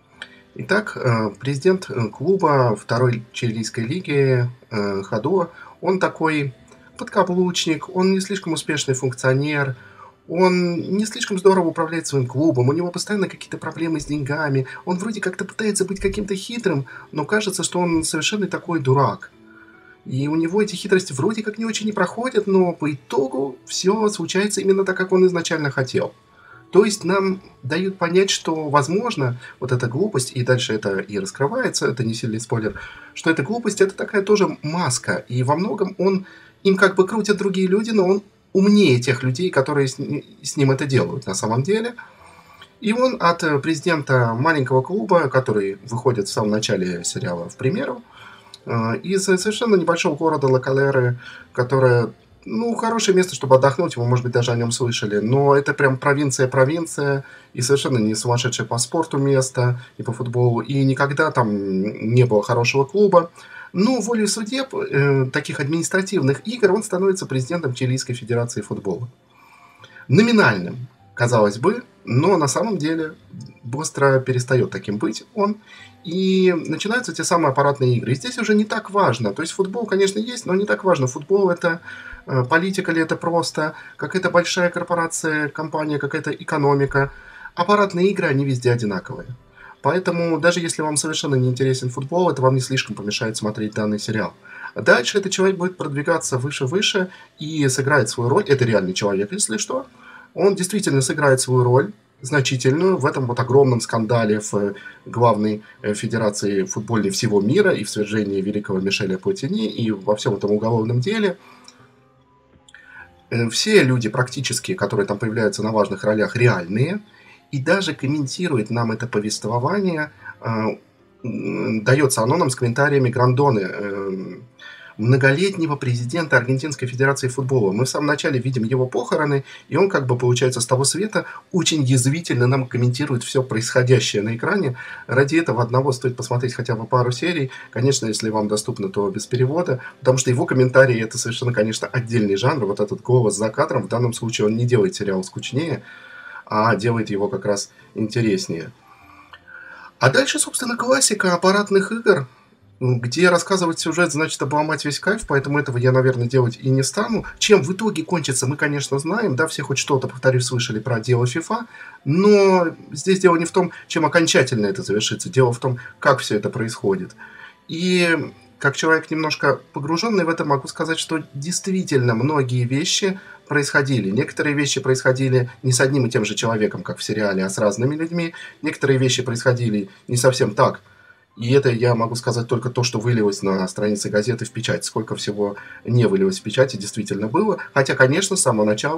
Итак, президент клуба второй чилийской лиги Ходо, он такой подкаблучник, он не слишком успешный функционер, он не слишком здорово управляет своим клубом, у него постоянно какие-то проблемы с деньгами, он вроде как-то пытается быть каким-то хитрым, но кажется, что он совершенно такой дурак. И у него эти хитрости вроде как не очень не проходят, но по итогу все случается именно так, как он изначально хотел. То есть нам дают понять, что, возможно, вот эта глупость, и дальше это и раскрывается, это не сильный спойлер, что эта глупость, это такая тоже маска, и во многом он, им как бы крутят другие люди, но он умнее тех людей, которые с, с ним это делают на самом деле. И он от президента маленького клуба, который выходит в самом начале сериала в примеру, из совершенно небольшого города Ла-Калеры, которая... Ну, хорошее место, чтобы отдохнуть, вы, может быть, даже о нем слышали, но это прям провинция-провинция, и совершенно не сумасшедшее по спорту место, и по футболу, и никогда там не было хорошего клуба. Но волей судеб, э, таких административных игр, он становится президентом Чилийской Федерации футбола. Номинальным, казалось бы, но на самом деле быстро перестает таким быть он. И начинаются те самые аппаратные игры. И здесь уже не так важно. То есть футбол, конечно, есть, но не так важно. Футбол — это э, политика ли это просто, какая-то большая корпорация, компания, какая-то экономика. Аппаратные игры, они везде одинаковые. Поэтому даже если вам совершенно не интересен футбол, это вам не слишком помешает смотреть данный сериал. Дальше этот человек будет продвигаться выше-выше и сыграет свою роль. Это реальный человек, если что. Он действительно сыграет свою роль, значительную, в этом вот огромном скандале в главной федерации футбольной всего мира и в свержении великого Мишеля Платини и во всем этом уголовном деле. Все люди практически, которые там появляются на важных ролях, реальные. И даже комментирует нам это повествование, дается оно нам с комментариями Грандоны, многолетнего президента Аргентинской Федерации футбола. Мы в самом начале видим его похороны, и он, как бы, получается, с того света очень язвительно нам комментирует все происходящее на экране. Ради этого одного стоит посмотреть хотя бы пару серий. Конечно, если вам доступно, то без перевода, потому что его комментарии — это совершенно, конечно, отдельный жанр. Вот этот голос за кадром, в данном случае он не делает сериал скучнее, а делает его как раз интереснее. А дальше, собственно, классика аппаратных игр, где рассказывать сюжет значит обломать весь кайф, поэтому этого я, наверное, делать и не стану. Чем в итоге кончится, мы, конечно, знаем, да, все хоть что-то, повторюсь, слышали про дело FIFA, но здесь дело не в том, чем окончательно это завершится, дело в том, как все это происходит. И как человек, немножко погруженный в это, могу сказать, что действительно многие вещи происходили. Некоторые вещи происходили не с одним и тем же человеком, как в сериале, а с разными людьми. Некоторые вещи происходили не совсем так. И это я могу сказать только то, что вылилось на странице газеты в печать. Сколько всего не вылилось в печать, и действительно было. Хотя, конечно, с самого начала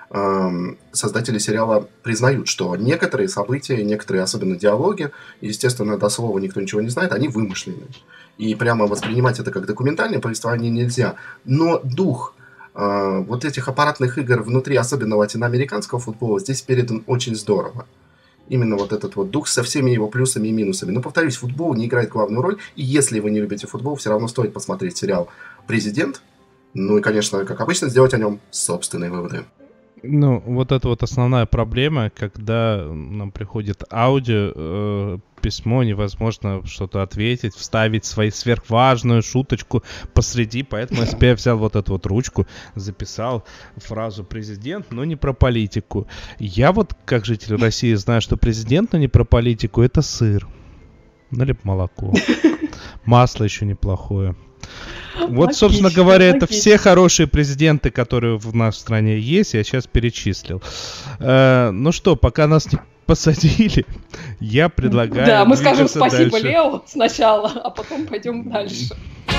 эм, создатели сериала признают, что некоторые события, некоторые особенно диалоги, естественно, до слова никто ничего не знает, они вымышлены. И прямо воспринимать это как документальное повествование нельзя. Но дух э, вот этих аппаратных игр внутри, особенно латиноамериканского футбола, здесь передан очень здорово. Именно вот этот вот дух со всеми его плюсами и минусами. Но, повторюсь, футбол не играет главную роль. И если вы не любите футбол, все равно стоит посмотреть сериал «Президент». Ну и, конечно, как обычно, сделать о нем собственные выводы. Ну, вот это вот основная проблема, когда нам приходит аудио, э, письмо, невозможно что-то ответить, вставить свою сверхважную шуточку посреди, поэтому я себе взял вот эту вот ручку, записал фразу «президент», но не про политику. Я вот, как житель России, знаю, что президент, но не про политику, это сыр. Ну, либо молоко. Масло еще неплохое. Вот, логично, собственно говоря, логично. Это все хорошие президенты, которые в нашей стране есть, я сейчас перечислил. Э, ну что, пока нас не посадили, я предлагаю... Да, мы скажем спасибо дальше. Лео сначала, а потом пойдем дальше.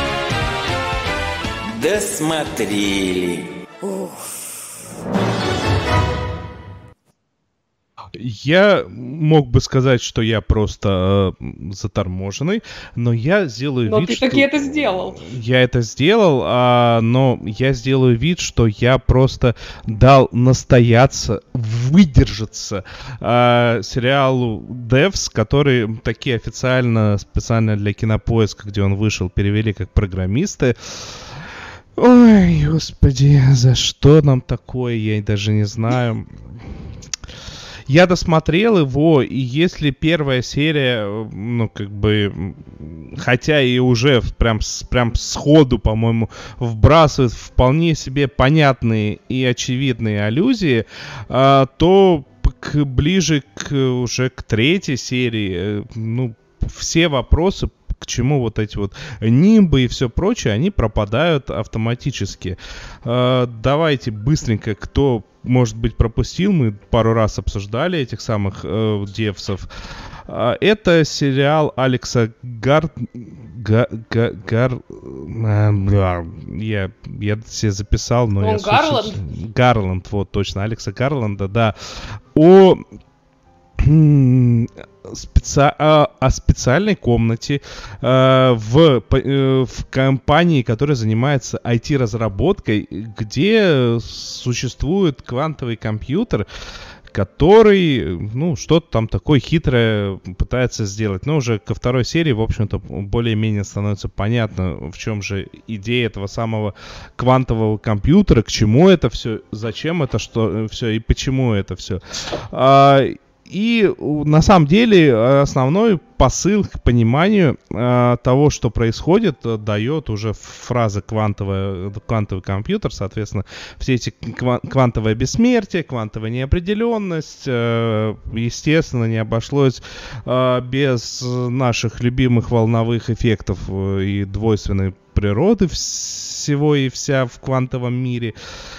Досмотрели. Я мог бы сказать, что я просто э, заторможенный, но я сделаю но вид, ты что... таки это сделал. Я это сделал, а, но я сделаю вид, что я просто дал настояться, выдержаться а, сериалу Devs, который такие официально, специально для Кинопоиска, где он вышел, перевели как программисты. Ой, господи, за что нам такое, я даже не знаю... Я досмотрел его, и если первая серия, ну, как бы, хотя и уже прям, прям сходу, по-моему, вбрасывает вполне себе понятные и очевидные аллюзии, а, то к, ближе к, уже к третьей серии, ну, все вопросы, к чему вот эти вот нимбы и все прочее, они пропадают автоматически. А, давайте быстренько, кто... может быть, пропустил, мы пару раз обсуждали этих самых э, девсов. А, это сериал Алекса Гар... Гар... Гар... Гар... Гар... Я, я себе записал, но... Он я Гарланд? Слушаю... Гарланд, вот, точно, Алекса Гарланда, да. О... Специ... о, о специальной комнате э, в, э, в компании, которая занимается ай ти-разработкой, где существует квантовый компьютер, который, ну, что-то там такое хитрое пытается сделать. Но уже ко второй серии, в общем-то, более-менее становится понятно, в чем же идея этого самого квантового компьютера, к чему это все, зачем это что все и почему это все. А, И на самом деле основной посыл к пониманию э, того, что происходит, дает уже фраза квантовая, квантовый компьютер, соответственно, все эти ква- квантовое бессмертие, квантовая неопределенность, э, естественно, не обошлось э, без наших любимых волновых эффектов и двойственной природы всего и вся в квантовом мире.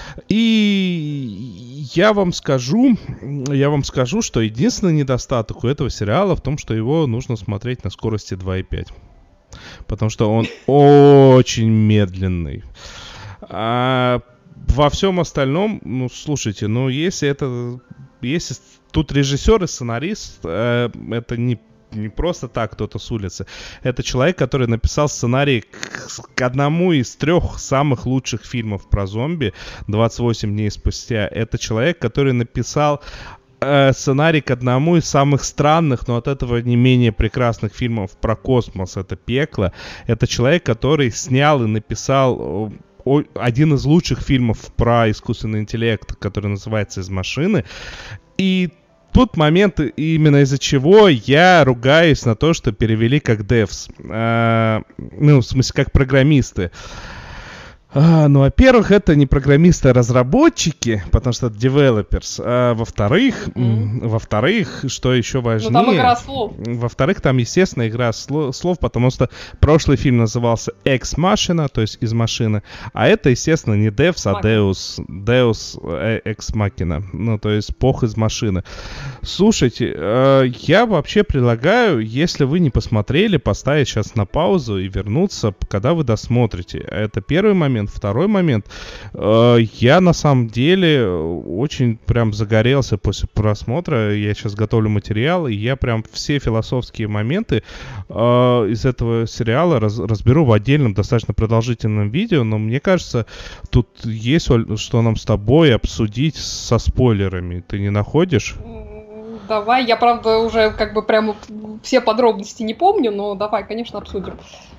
И я вам скажу, я вам скажу, что единственный недостаток у этого сериала в том, что его нужно смотреть на скорости два и пять. Потому что он очень медленный. А во всем остальном, ну, слушайте, ну, если это... Если тут режиссер и сценарист, э, это не не просто так кто-то с улицы. Это человек, который написал сценарий к, к одному из трех самых лучших фильмов про зомби двадцать восемь дней спустя. Это человек, который написал э, сценарий к одному из самых странных, но от этого не менее прекрасных фильмов про космос. Это «Пекло». Это человек, который снял и написал о, один из лучших фильмов про искусственный интеллект, который называется «Из машины». И тут момент, именно из-за чего я ругаюсь на то, что перевели как devs. А, ну, в смысле, как программисты. А, ну, во-первых, это не программисты, а разработчики, потому что это developers. А, во-вторых, mm-hmm. во-вторых, что еще важнее... Ну, там игра слов. Во-вторых, там, естественно, игра слов, слов, потому что прошлый фильм назывался Ex Machina, то есть из машины, а это, естественно, не Devs, а Deus, Deus Ex Machina, ну, то есть Бог из машины. Слушайте, э, я вообще предлагаю, если вы не посмотрели, поставить сейчас на паузу и вернуться, когда вы досмотрите. Это первый момент. момент. Второй момент. Э, я на самом деле очень прям загорелся после просмотра. Я сейчас готовлю материал, и я прям все философские моменты э, из этого сериала раз, разберу в отдельном, достаточно продолжительном видео. Но мне кажется, тут есть что нам с тобой обсудить со спойлерами. Ты не находишь? Давай, я, правда, уже как бы прям все подробности не помню, но давай, конечно, обсудим.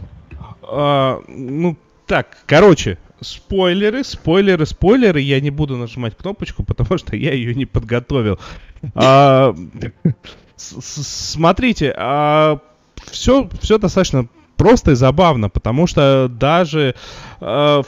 А, ну, так, короче, спойлеры, спойлеры, спойлеры. Я не буду нажимать кнопочку, потому что я ее не подготовил. А, смотрите, а, все, все достаточно просто и забавно, потому что даже э,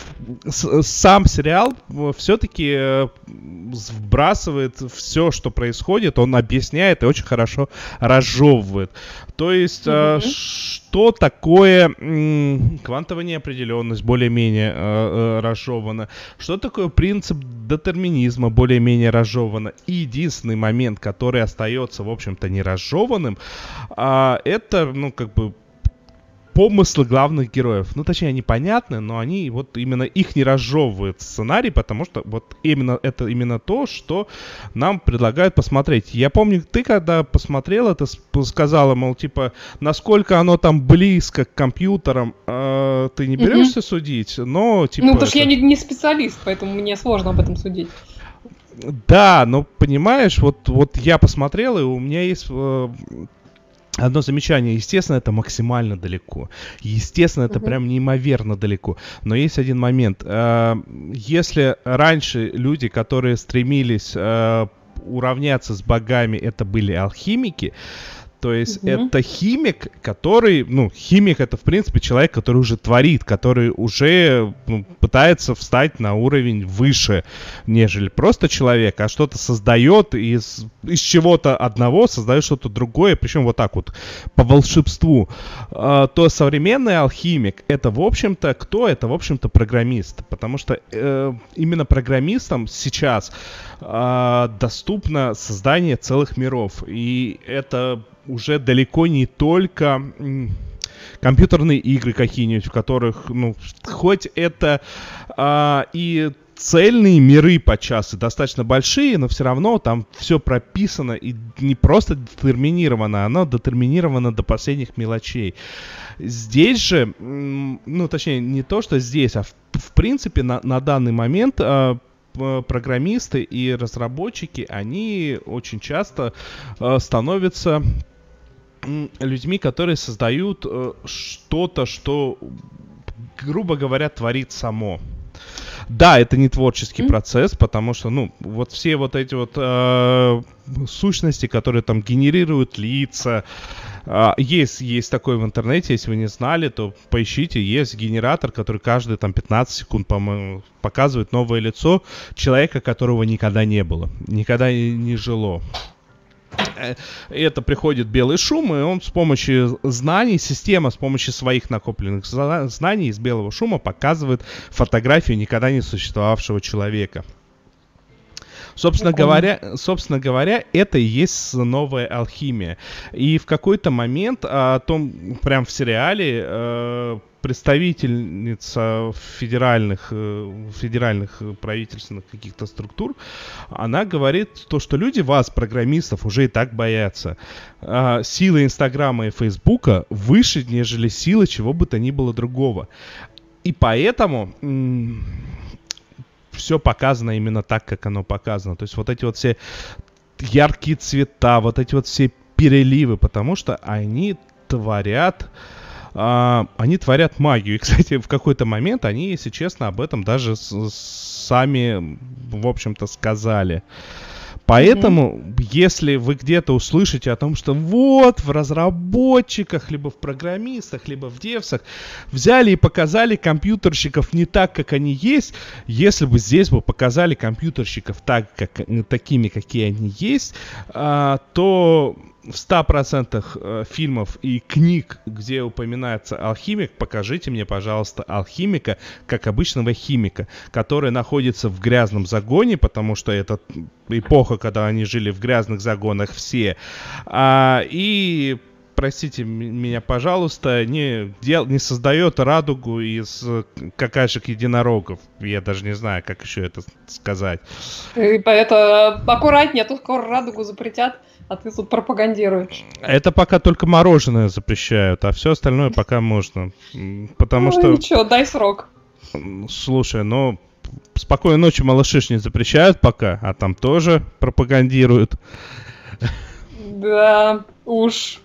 с, сам сериал все-таки э, вбрасывает все, что происходит, он объясняет и очень хорошо разжевывает. То есть, э, mm-hmm. что такое э, квантовая неопределенность, более-менее э, э, разжевано, что такое принцип детерминизма, более-менее разжевано. И единственный момент, который остается, в общем-то, не разжеванным, э, это, ну, как бы, помыслы главных героев. Ну, точнее, они понятны, но они вот именно их не разжевывает сценарий, потому что вот именно это именно то, что нам предлагают посмотреть. Я помню, ты когда посмотрел это, сказала, мол, типа, насколько оно там близко к компьютерам, э, ты не берешься mm-hmm. судить, но типа... Ну, потому что это... я не, не специалист, поэтому мне сложно об этом судить. Да, но понимаешь, вот, вот я посмотрел, и у меня есть... Э, одно замечание. Естественно, это максимально далеко. Естественно, это uh-huh. прям неимоверно далеко. Но есть один момент. Если раньше люди, которые стремились уравняться с богами, это были алхимики, то есть mm-hmm. это химик, который, ну, химик это в принципе человек, который уже творит, который уже ну, пытается встать на уровень выше, нежели просто человек, а что-то создает из, из чего-то одного, создает что-то другое, причем вот так вот, по волшебству. А, то современный алхимик, это в общем-то кто? Это в общем-то программист, потому что э, именно программистам сейчас э, доступно создание целых миров, и это уже далеко не только м, компьютерные игры какие-нибудь, в которых, ну, хоть это а, и цельные миры подчас и достаточно большие, но все равно там все прописано и не просто детерминировано, оно детерминировано до последних мелочей. Здесь же, м, ну, точнее, не то, что здесь, а в, в принципе на, на данный момент... А, программисты и разработчики, они очень часто э, становятся э, людьми, которые создают э, что-то, что, грубо говоря, творит само. Да, это не творческий mm-hmm. процесс, потому что, ну, вот все вот эти вот э, сущности, которые там генерируют лица, э, есть, есть такой в интернете, если вы не знали, то поищите, есть генератор, который каждые там пятнадцать секунд, по-моему, показывает новое лицо человека, которого никогда не было, никогда не жило. Это приходит белый шум, и он с помощью знаний, система с помощью своих накопленных знаний из белого шума показывает фотографию никогда не существовавшего человека. Собственно говоря, собственно говоря, это и есть новая алхимия. И в какой-то момент, о том, прям в сериале, представительница федеральных, федеральных правительственных каких-то структур, она говорит то, что люди вас, программистов, уже и так боятся. Сила Инстаграма и Фейсбука выше, нежели сила чего бы то ни было другого. И поэтому... все показано именно так, как оно показано. То есть вот эти вот все яркие цвета, вот эти вот все переливы, потому что они творят, а, они творят магию. И, кстати, в какой-то момент они, если честно, об этом даже с- сами, в общем-то, сказали. Поэтому, mm-hmm. если вы где-то услышите о том, что вот в разработчиках, либо в программистах, либо в девсах взяли и показали компьютерщиков не так, как они есть, если бы здесь бы показали компьютерщиков так, как, такими, какие они есть, а, то в ста процентах фильмов и книг, где упоминается алхимик, покажите мне, пожалуйста, алхимика, как обычного химика, который находится в грязном загоне, потому что это эпоха, когда они жили в грязных загонах все, а, и простите меня, пожалуйста, не, дел, не создает радугу из какашек единорогов. Я даже не знаю, как еще это сказать. И поэтому аккуратнее, а то скоро радугу запретят, а ты тут пропагандируешь. Это пока только мороженое запрещают, а все остальное пока можно. Потому ну, что... ничего, дай срок. Слушай, ну... Спокойной ночи, малыши ж не запрещают пока, а там тоже пропагандируют. Да, уж.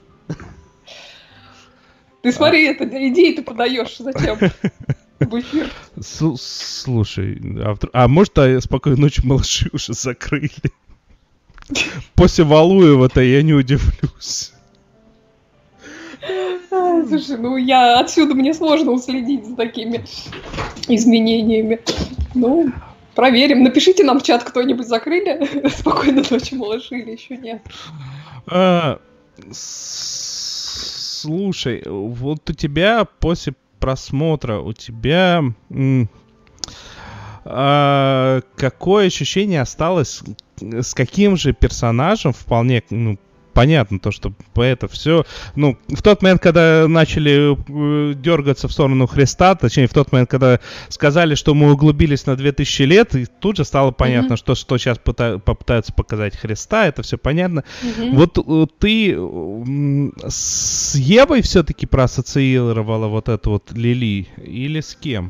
Ты смотри, это идеи ты подаешь, зачем? В эфир. Слушай, а, а может, а спокойной ночи, малыши уже закрыли? После Валуева-то я не удивлюсь. Слушай, ну я отсюда мне сложно уследить за такими изменениями. Ну, проверим. Напишите нам в чат, кто-нибудь закрыли. Спокойной ночи, малыши, или еще нет. А, слушай, вот у тебя после просмотра, у тебя м, а, какое ощущение осталось, с каким же персонажем вполне, ну, понятно, то, что это все... Ну, в тот момент, когда начали э, дергаться в сторону Христа, точнее, в тот момент, когда сказали, что мы углубились на две тысячи лет, и тут же стало понятно, mm-hmm. что, что сейчас пыта- попытаются показать Христа, это все понятно. Mm-hmm. Вот э, ты э, с Евой все-таки проассоциировала вот эту вот Лили, или с кем?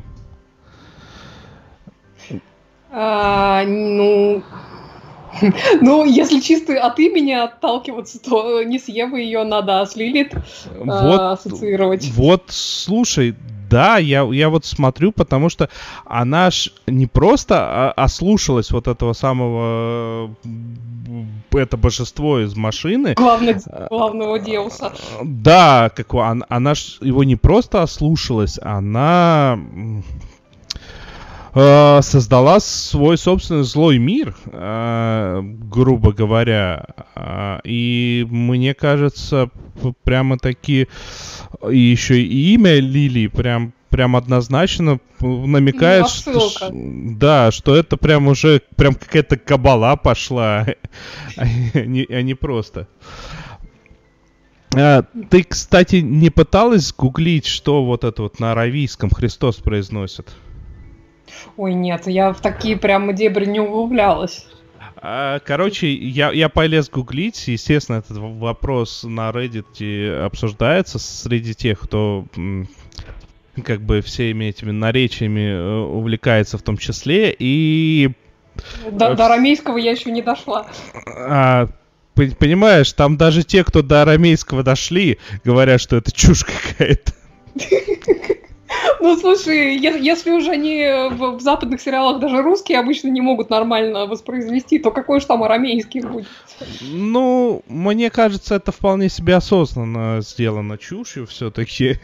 А, ну... Ну, если чисто от имени отталкиваться, то не с Евой ее надо, а с Лилит вот, э, ассоциировать. Вот, слушай, да, я, я вот смотрю, потому что она ж не просто ослушалась вот этого самого, это божество из машины. Главное, главного Деуса. Да, как, она, она ж его не просто ослушалась, она... создала свой собственный злой мир, грубо говоря. И мне кажется, прямо-таки еще и имя Лилии прям, прям однозначно намекает, ну, что, да, что это прям уже прям какая-то кабала пошла, а не, а не просто. Ты, кстати, не пыталась гуглить, что вот это вот на аравийском Христос произносит? Ой, нет, я в такие прям дебри не углублялась. Короче, я, я полез гуглить, естественно, этот вопрос на Reddit обсуждается среди тех, кто как бы всеми этими наречиями увлекается в том числе, и... До, до арамейского я еще не дошла. А, понимаешь, там даже те, кто до арамейского дошли, говорят, что это чушь какая-то. Ну, слушай, если уже они в, в западных сериалах даже русские обычно не могут нормально воспроизвести, то какой же там арамейский будет? Ну, мне кажется, это вполне себе осознанно сделано чушью все-таки.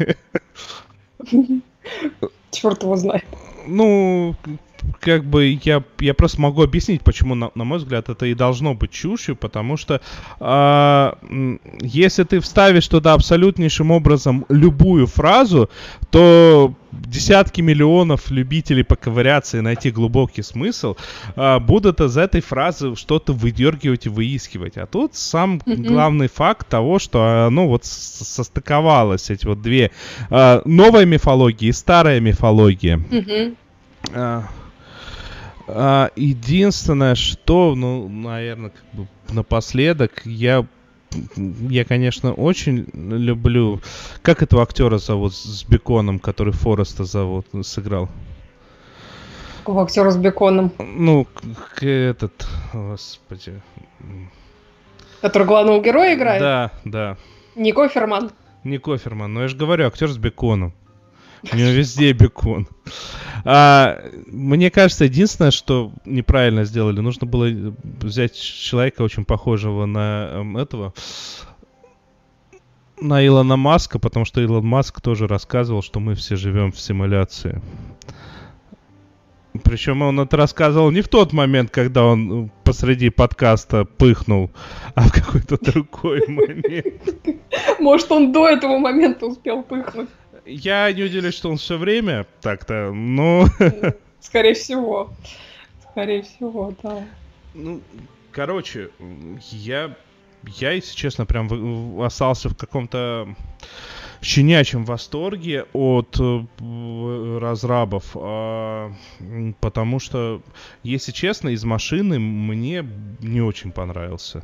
Черт его знает. Ну, как бы я, я просто могу объяснить, почему, на, на мой взгляд, это и должно быть чушью, потому что э, если ты вставишь туда абсолютнейшим образом любую фразу, то десятки миллионов любителей поковыряться и найти глубокий смысл э, будут из этой фразы что-то выдергивать и выискивать. А тут сам mm-hmm. главный факт того, что оно вот состыковалось, эти вот две э, новая мифология и старая мифология. Mm-hmm. Uh, uh, единственное, что, ну, наверное, как бы напоследок, я, я, конечно, очень люблю... Как этого актера зовут с беконом, который Фореста зовут, сыграл? Какого актера с беконом? Ну, к- этот, господи... Который главного героя играет? Да, да. Не Коферман? Не Коферман, но я же говорю, актер с беконом. У него везде бекон. А, мне кажется, единственное, что неправильно сделали, нужно было взять человека, очень похожего на эм, этого, на Илона Маска, потому что Илон Маск тоже рассказывал, что мы все живем в симуляции. Причем он это рассказывал не в тот момент, когда он посреди подкаста пыхнул, а в какой-то другой момент. Может, он до этого момента успел пыхнуть. Я не удивлюсь, что он все время так-то, но... Скорее всего. Скорее всего, да. Ну, короче, я я, если честно, прям в- остался в каком-то щенячьем восторге от э, разрабов, а, м, потому что, если честно, из машины мне не очень понравился.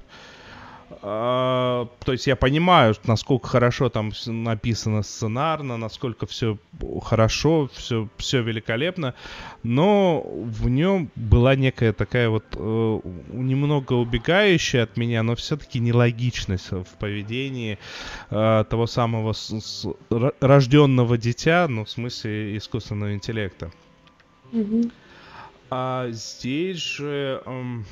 А, то есть я понимаю, насколько хорошо там всё написано сценарно, насколько все хорошо, все, все великолепно, но в нем была некая такая вот э, немного убегающая от меня, но все-таки нелогичность в поведении э, того самого с- с- ро- рожденного дитя, ну, в смысле искусственного интеллекта. Мгм. А здесь же эм,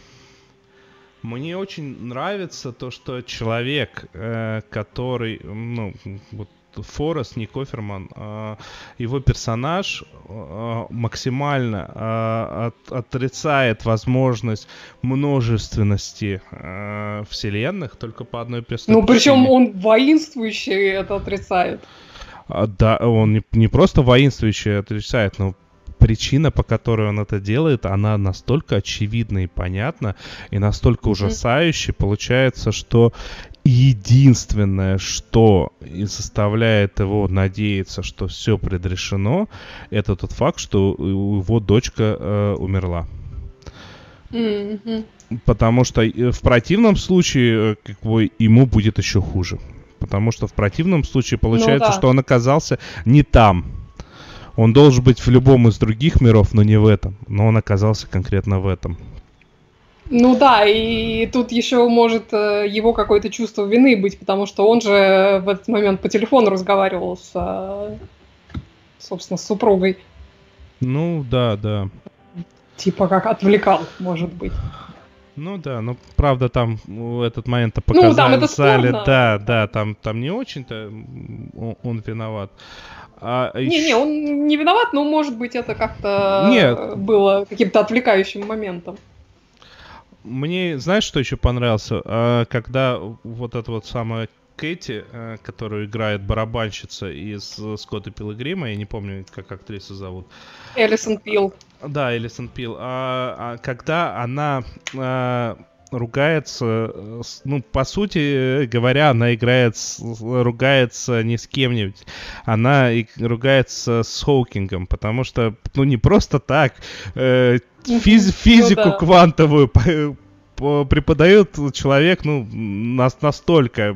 мне очень нравится то, что человек, э, который, ну, вот Форест, Ник Офферман, э, его персонаж э, максимально э, от- отрицает возможность множественности э, вселенных только по одной простой Ну, причем причине. он воинствующий это отрицает. А, да, он не, не просто воинствующий отрицает, но причина, по которой он это делает, она настолько очевидна и понятна, и настолько Мгм. ужасающе получается, что единственное, что и заставляет его надеяться, что все предрешено, это тот факт, что у- его дочка э, умерла. Мгм. Потому что э, в противном случае э, как бы, ему будет еще хуже. Потому что в противном случае получается, да. что он оказался не там. Он должен быть в любом из других миров, но не в этом. Но он оказался конкретно в этом. Ну да, и тут еще может э, его какое-то чувство вины быть, потому что он же в этот момент по телефону разговаривал с, э, собственно, с супругой. Ну, да, да. Типа как отвлекал, может быть. Ну да, но правда там в этот момент Ну, там показали, это спорно. да, да, там, там не очень-то м, он, он виноват. А Не-не, ещё- он не виноват, но может быть это как-то Нет. э, было каким-то отвлекающим моментом. Мне, знаешь, что еще понравился? А, когда вот эта вот самая Кэти, э, которую играет барабанщица из э, Скотта Пилигрима, я не помню, как актрису зовут. Элисон Пил. Да, Элисон Пил. А, а когда она а, ругается, э, с- ну, по сути говоря, она играет, с- ругается не с кем-нибудь, она и ругается с Хоукингом, потому что, ну, не просто так э, физ- Ну физику да. квантовую по- по- преподает человек, ну, нас- настолько,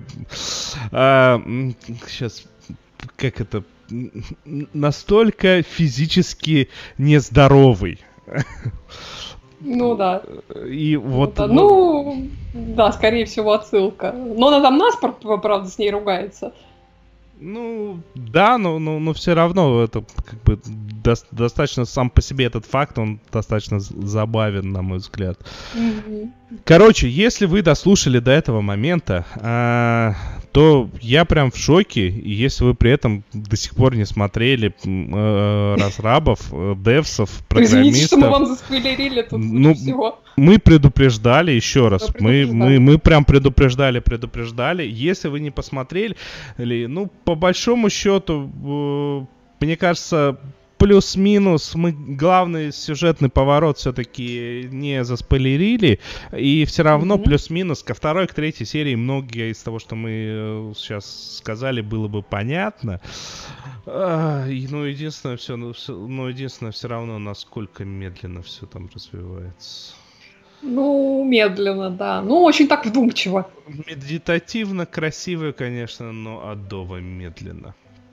сейчас, как это, м, м, настолько физически нездоровый. Ну да. И вот... Вот, ну, да, скорее всего, отсылка. Но она там наспор, правда, с ней ругается. Ну, да, но, но, но все равно это как бы дос- достаточно сам по себе этот факт, он достаточно з- забавен, на мой взгляд. Мгм. Короче, если вы дослушали до этого момента, а, то я прям в шоке. И если вы при этом до сих пор не смотрели м, э, разрабов, э, девсов, Извините, что мы программистов, вам заспойлерили тут Ну, всего. мы предупреждали еще раз. Вы Мы, предупреждали. мы, мы прям предупреждали, предупреждали. Если вы не посмотрели, или, ну, по большому счету, э, мне кажется, плюс-минус мы главный сюжетный поворот все-таки не заспойлерили. И все равно Мгм. плюс-минус ко второй, к третьей серии многие из того, что мы э, сейчас сказали, было бы понятно. А, и, ну, единственное, все, ну, всё- ну, единственное, все равно, насколько медленно все там развивается. Ну, медленно, да. Ну, очень так вдумчиво. Медитативно, красиво, конечно, но адово медленно.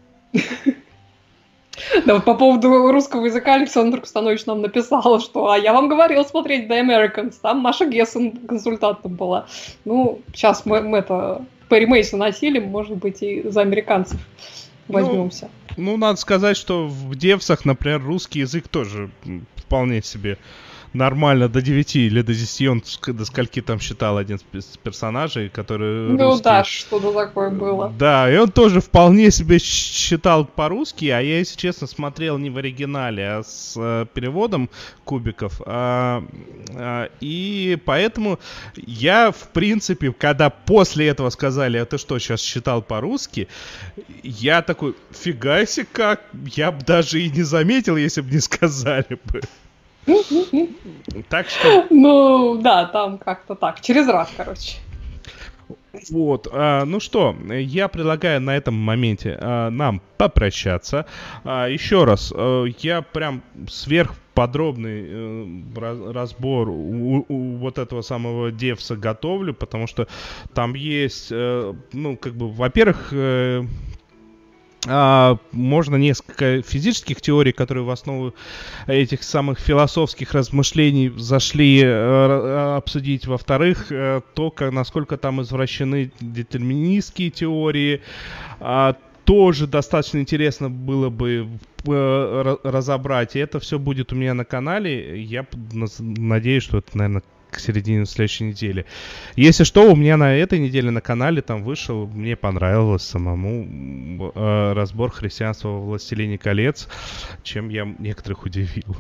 Да, вот по поводу русского языка Александр Кустанович нам написал, что «А я вам говорил смотреть The Americans», там Маша Гессен консультантом была. Ну, сейчас мы, мы это Перри Мейсон осилим, может быть, и за американцев возьмемся. Ну, надо сказать, что в девсах, например, русский язык тоже м, вполне себе нормально до девяти или до десяти, он ск- до скольки там считал один из персонажей, который Ну, русский. да, что-то такое было. Да, и он тоже вполне себе считал по-русски, а я, если честно, смотрел не в оригинале, а с э, переводом кубиков. А, а, и поэтому я, в принципе, когда после этого сказали, а ты что, сейчас считал по-русски, я такой, фига себе как, я бы даже и не заметил, если бы не сказали бы. Так что... Ну, да, там как-то так, через раз, короче. Вот, а, ну что, я предлагаю на этом моменте а, нам попрощаться. А, еще раз, а, я прям сверхподробный э, раз- разбор у, у вот этого самого Девса готовлю, потому что там есть, э, ну, как бы, во-первых, э, а, можно несколько физических теорий, которые в основу этих самых философских размышлений зашли, э, обсудить. Во-вторых, э, то, как, насколько там извращены детерминистские теории. А, тоже достаточно интересно было бы э, разобрать. И это все будет у меня на канале. Я надеюсь, что это, наверное, к середине следующей недели. Если что, у меня на этой неделе на канале там вышел, мне понравилось самому э, разбор христианства во «Властелине колец», чем я некоторых удивил.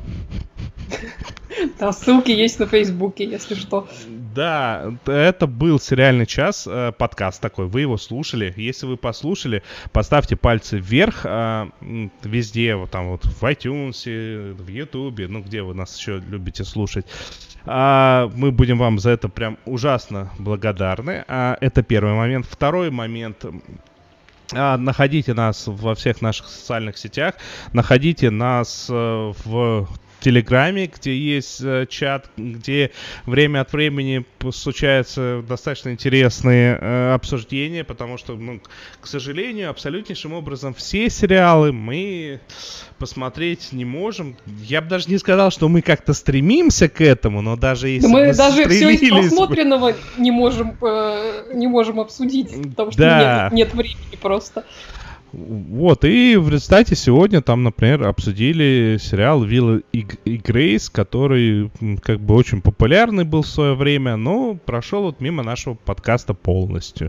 Да, ссылки есть на Фейсбуке, если что. Да, это был «Сериальный час», э, подкаст такой, вы его слушали. Если вы послушали, поставьте пальцы вверх э, везде, вот там вот в iTunes, в YouTube, ну где вы нас еще любите слушать. А, мы будем вам за это прям ужасно благодарны. А, это первый момент. Второй момент. А, находите нас во всех наших социальных сетях. Находите нас а, в Телеграме, где есть э, чат, где время от времени случаются достаточно интересные э, обсуждения, потому что, ну, к сожалению, абсолютнейшим образом все сериалы мы посмотреть не можем. Я бы даже не сказал, что мы как-то стремимся к этому, но даже если мы, мы даже все из стремились... просмотренного не можем, э, не можем обсудить, потому что Да. нет, нет времени просто. Вот, и в результате сегодня там, например, обсудили сериал «Вилла и, и Грейс», который м, как бы очень популярный был в свое время, но прошел вот мимо нашего подкаста полностью.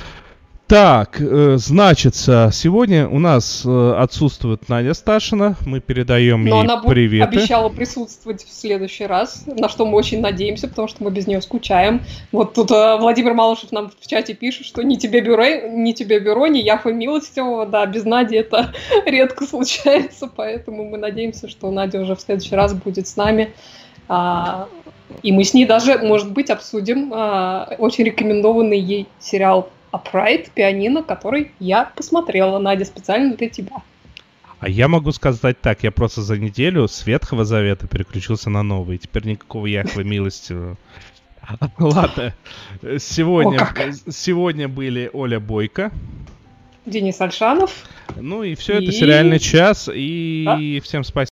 Так, э, значится, сегодня у нас э, отсутствует Надя Сташина, мы передаем Но ей она бу- приветы. обещала присутствовать в следующий раз, на что мы очень надеемся, потому что мы без нее скучаем. Вот тут э, Владимир Малышев нам в чате пишет, что ни тебе бюро, ни тебе бюро, ни Яхвы Милостивого, да, без Нади это редко случается, поэтому мы надеемся, что Надя уже в следующий раз будет с нами. А, и мы с ней даже, может быть, обсудим а, очень рекомендованный ей сериал Upright, «Пианино», который я посмотрела, Надя, специально для тебя. А я могу сказать так, я просто за неделю с Ветхого Завета переключился на новый, теперь никакого Яхвы Милостивого. Ладно, сегодня, сегодня были Оля Бойко, Денис Альшанов. ну и все и... это «Сериальный час», и да? всем спасибо.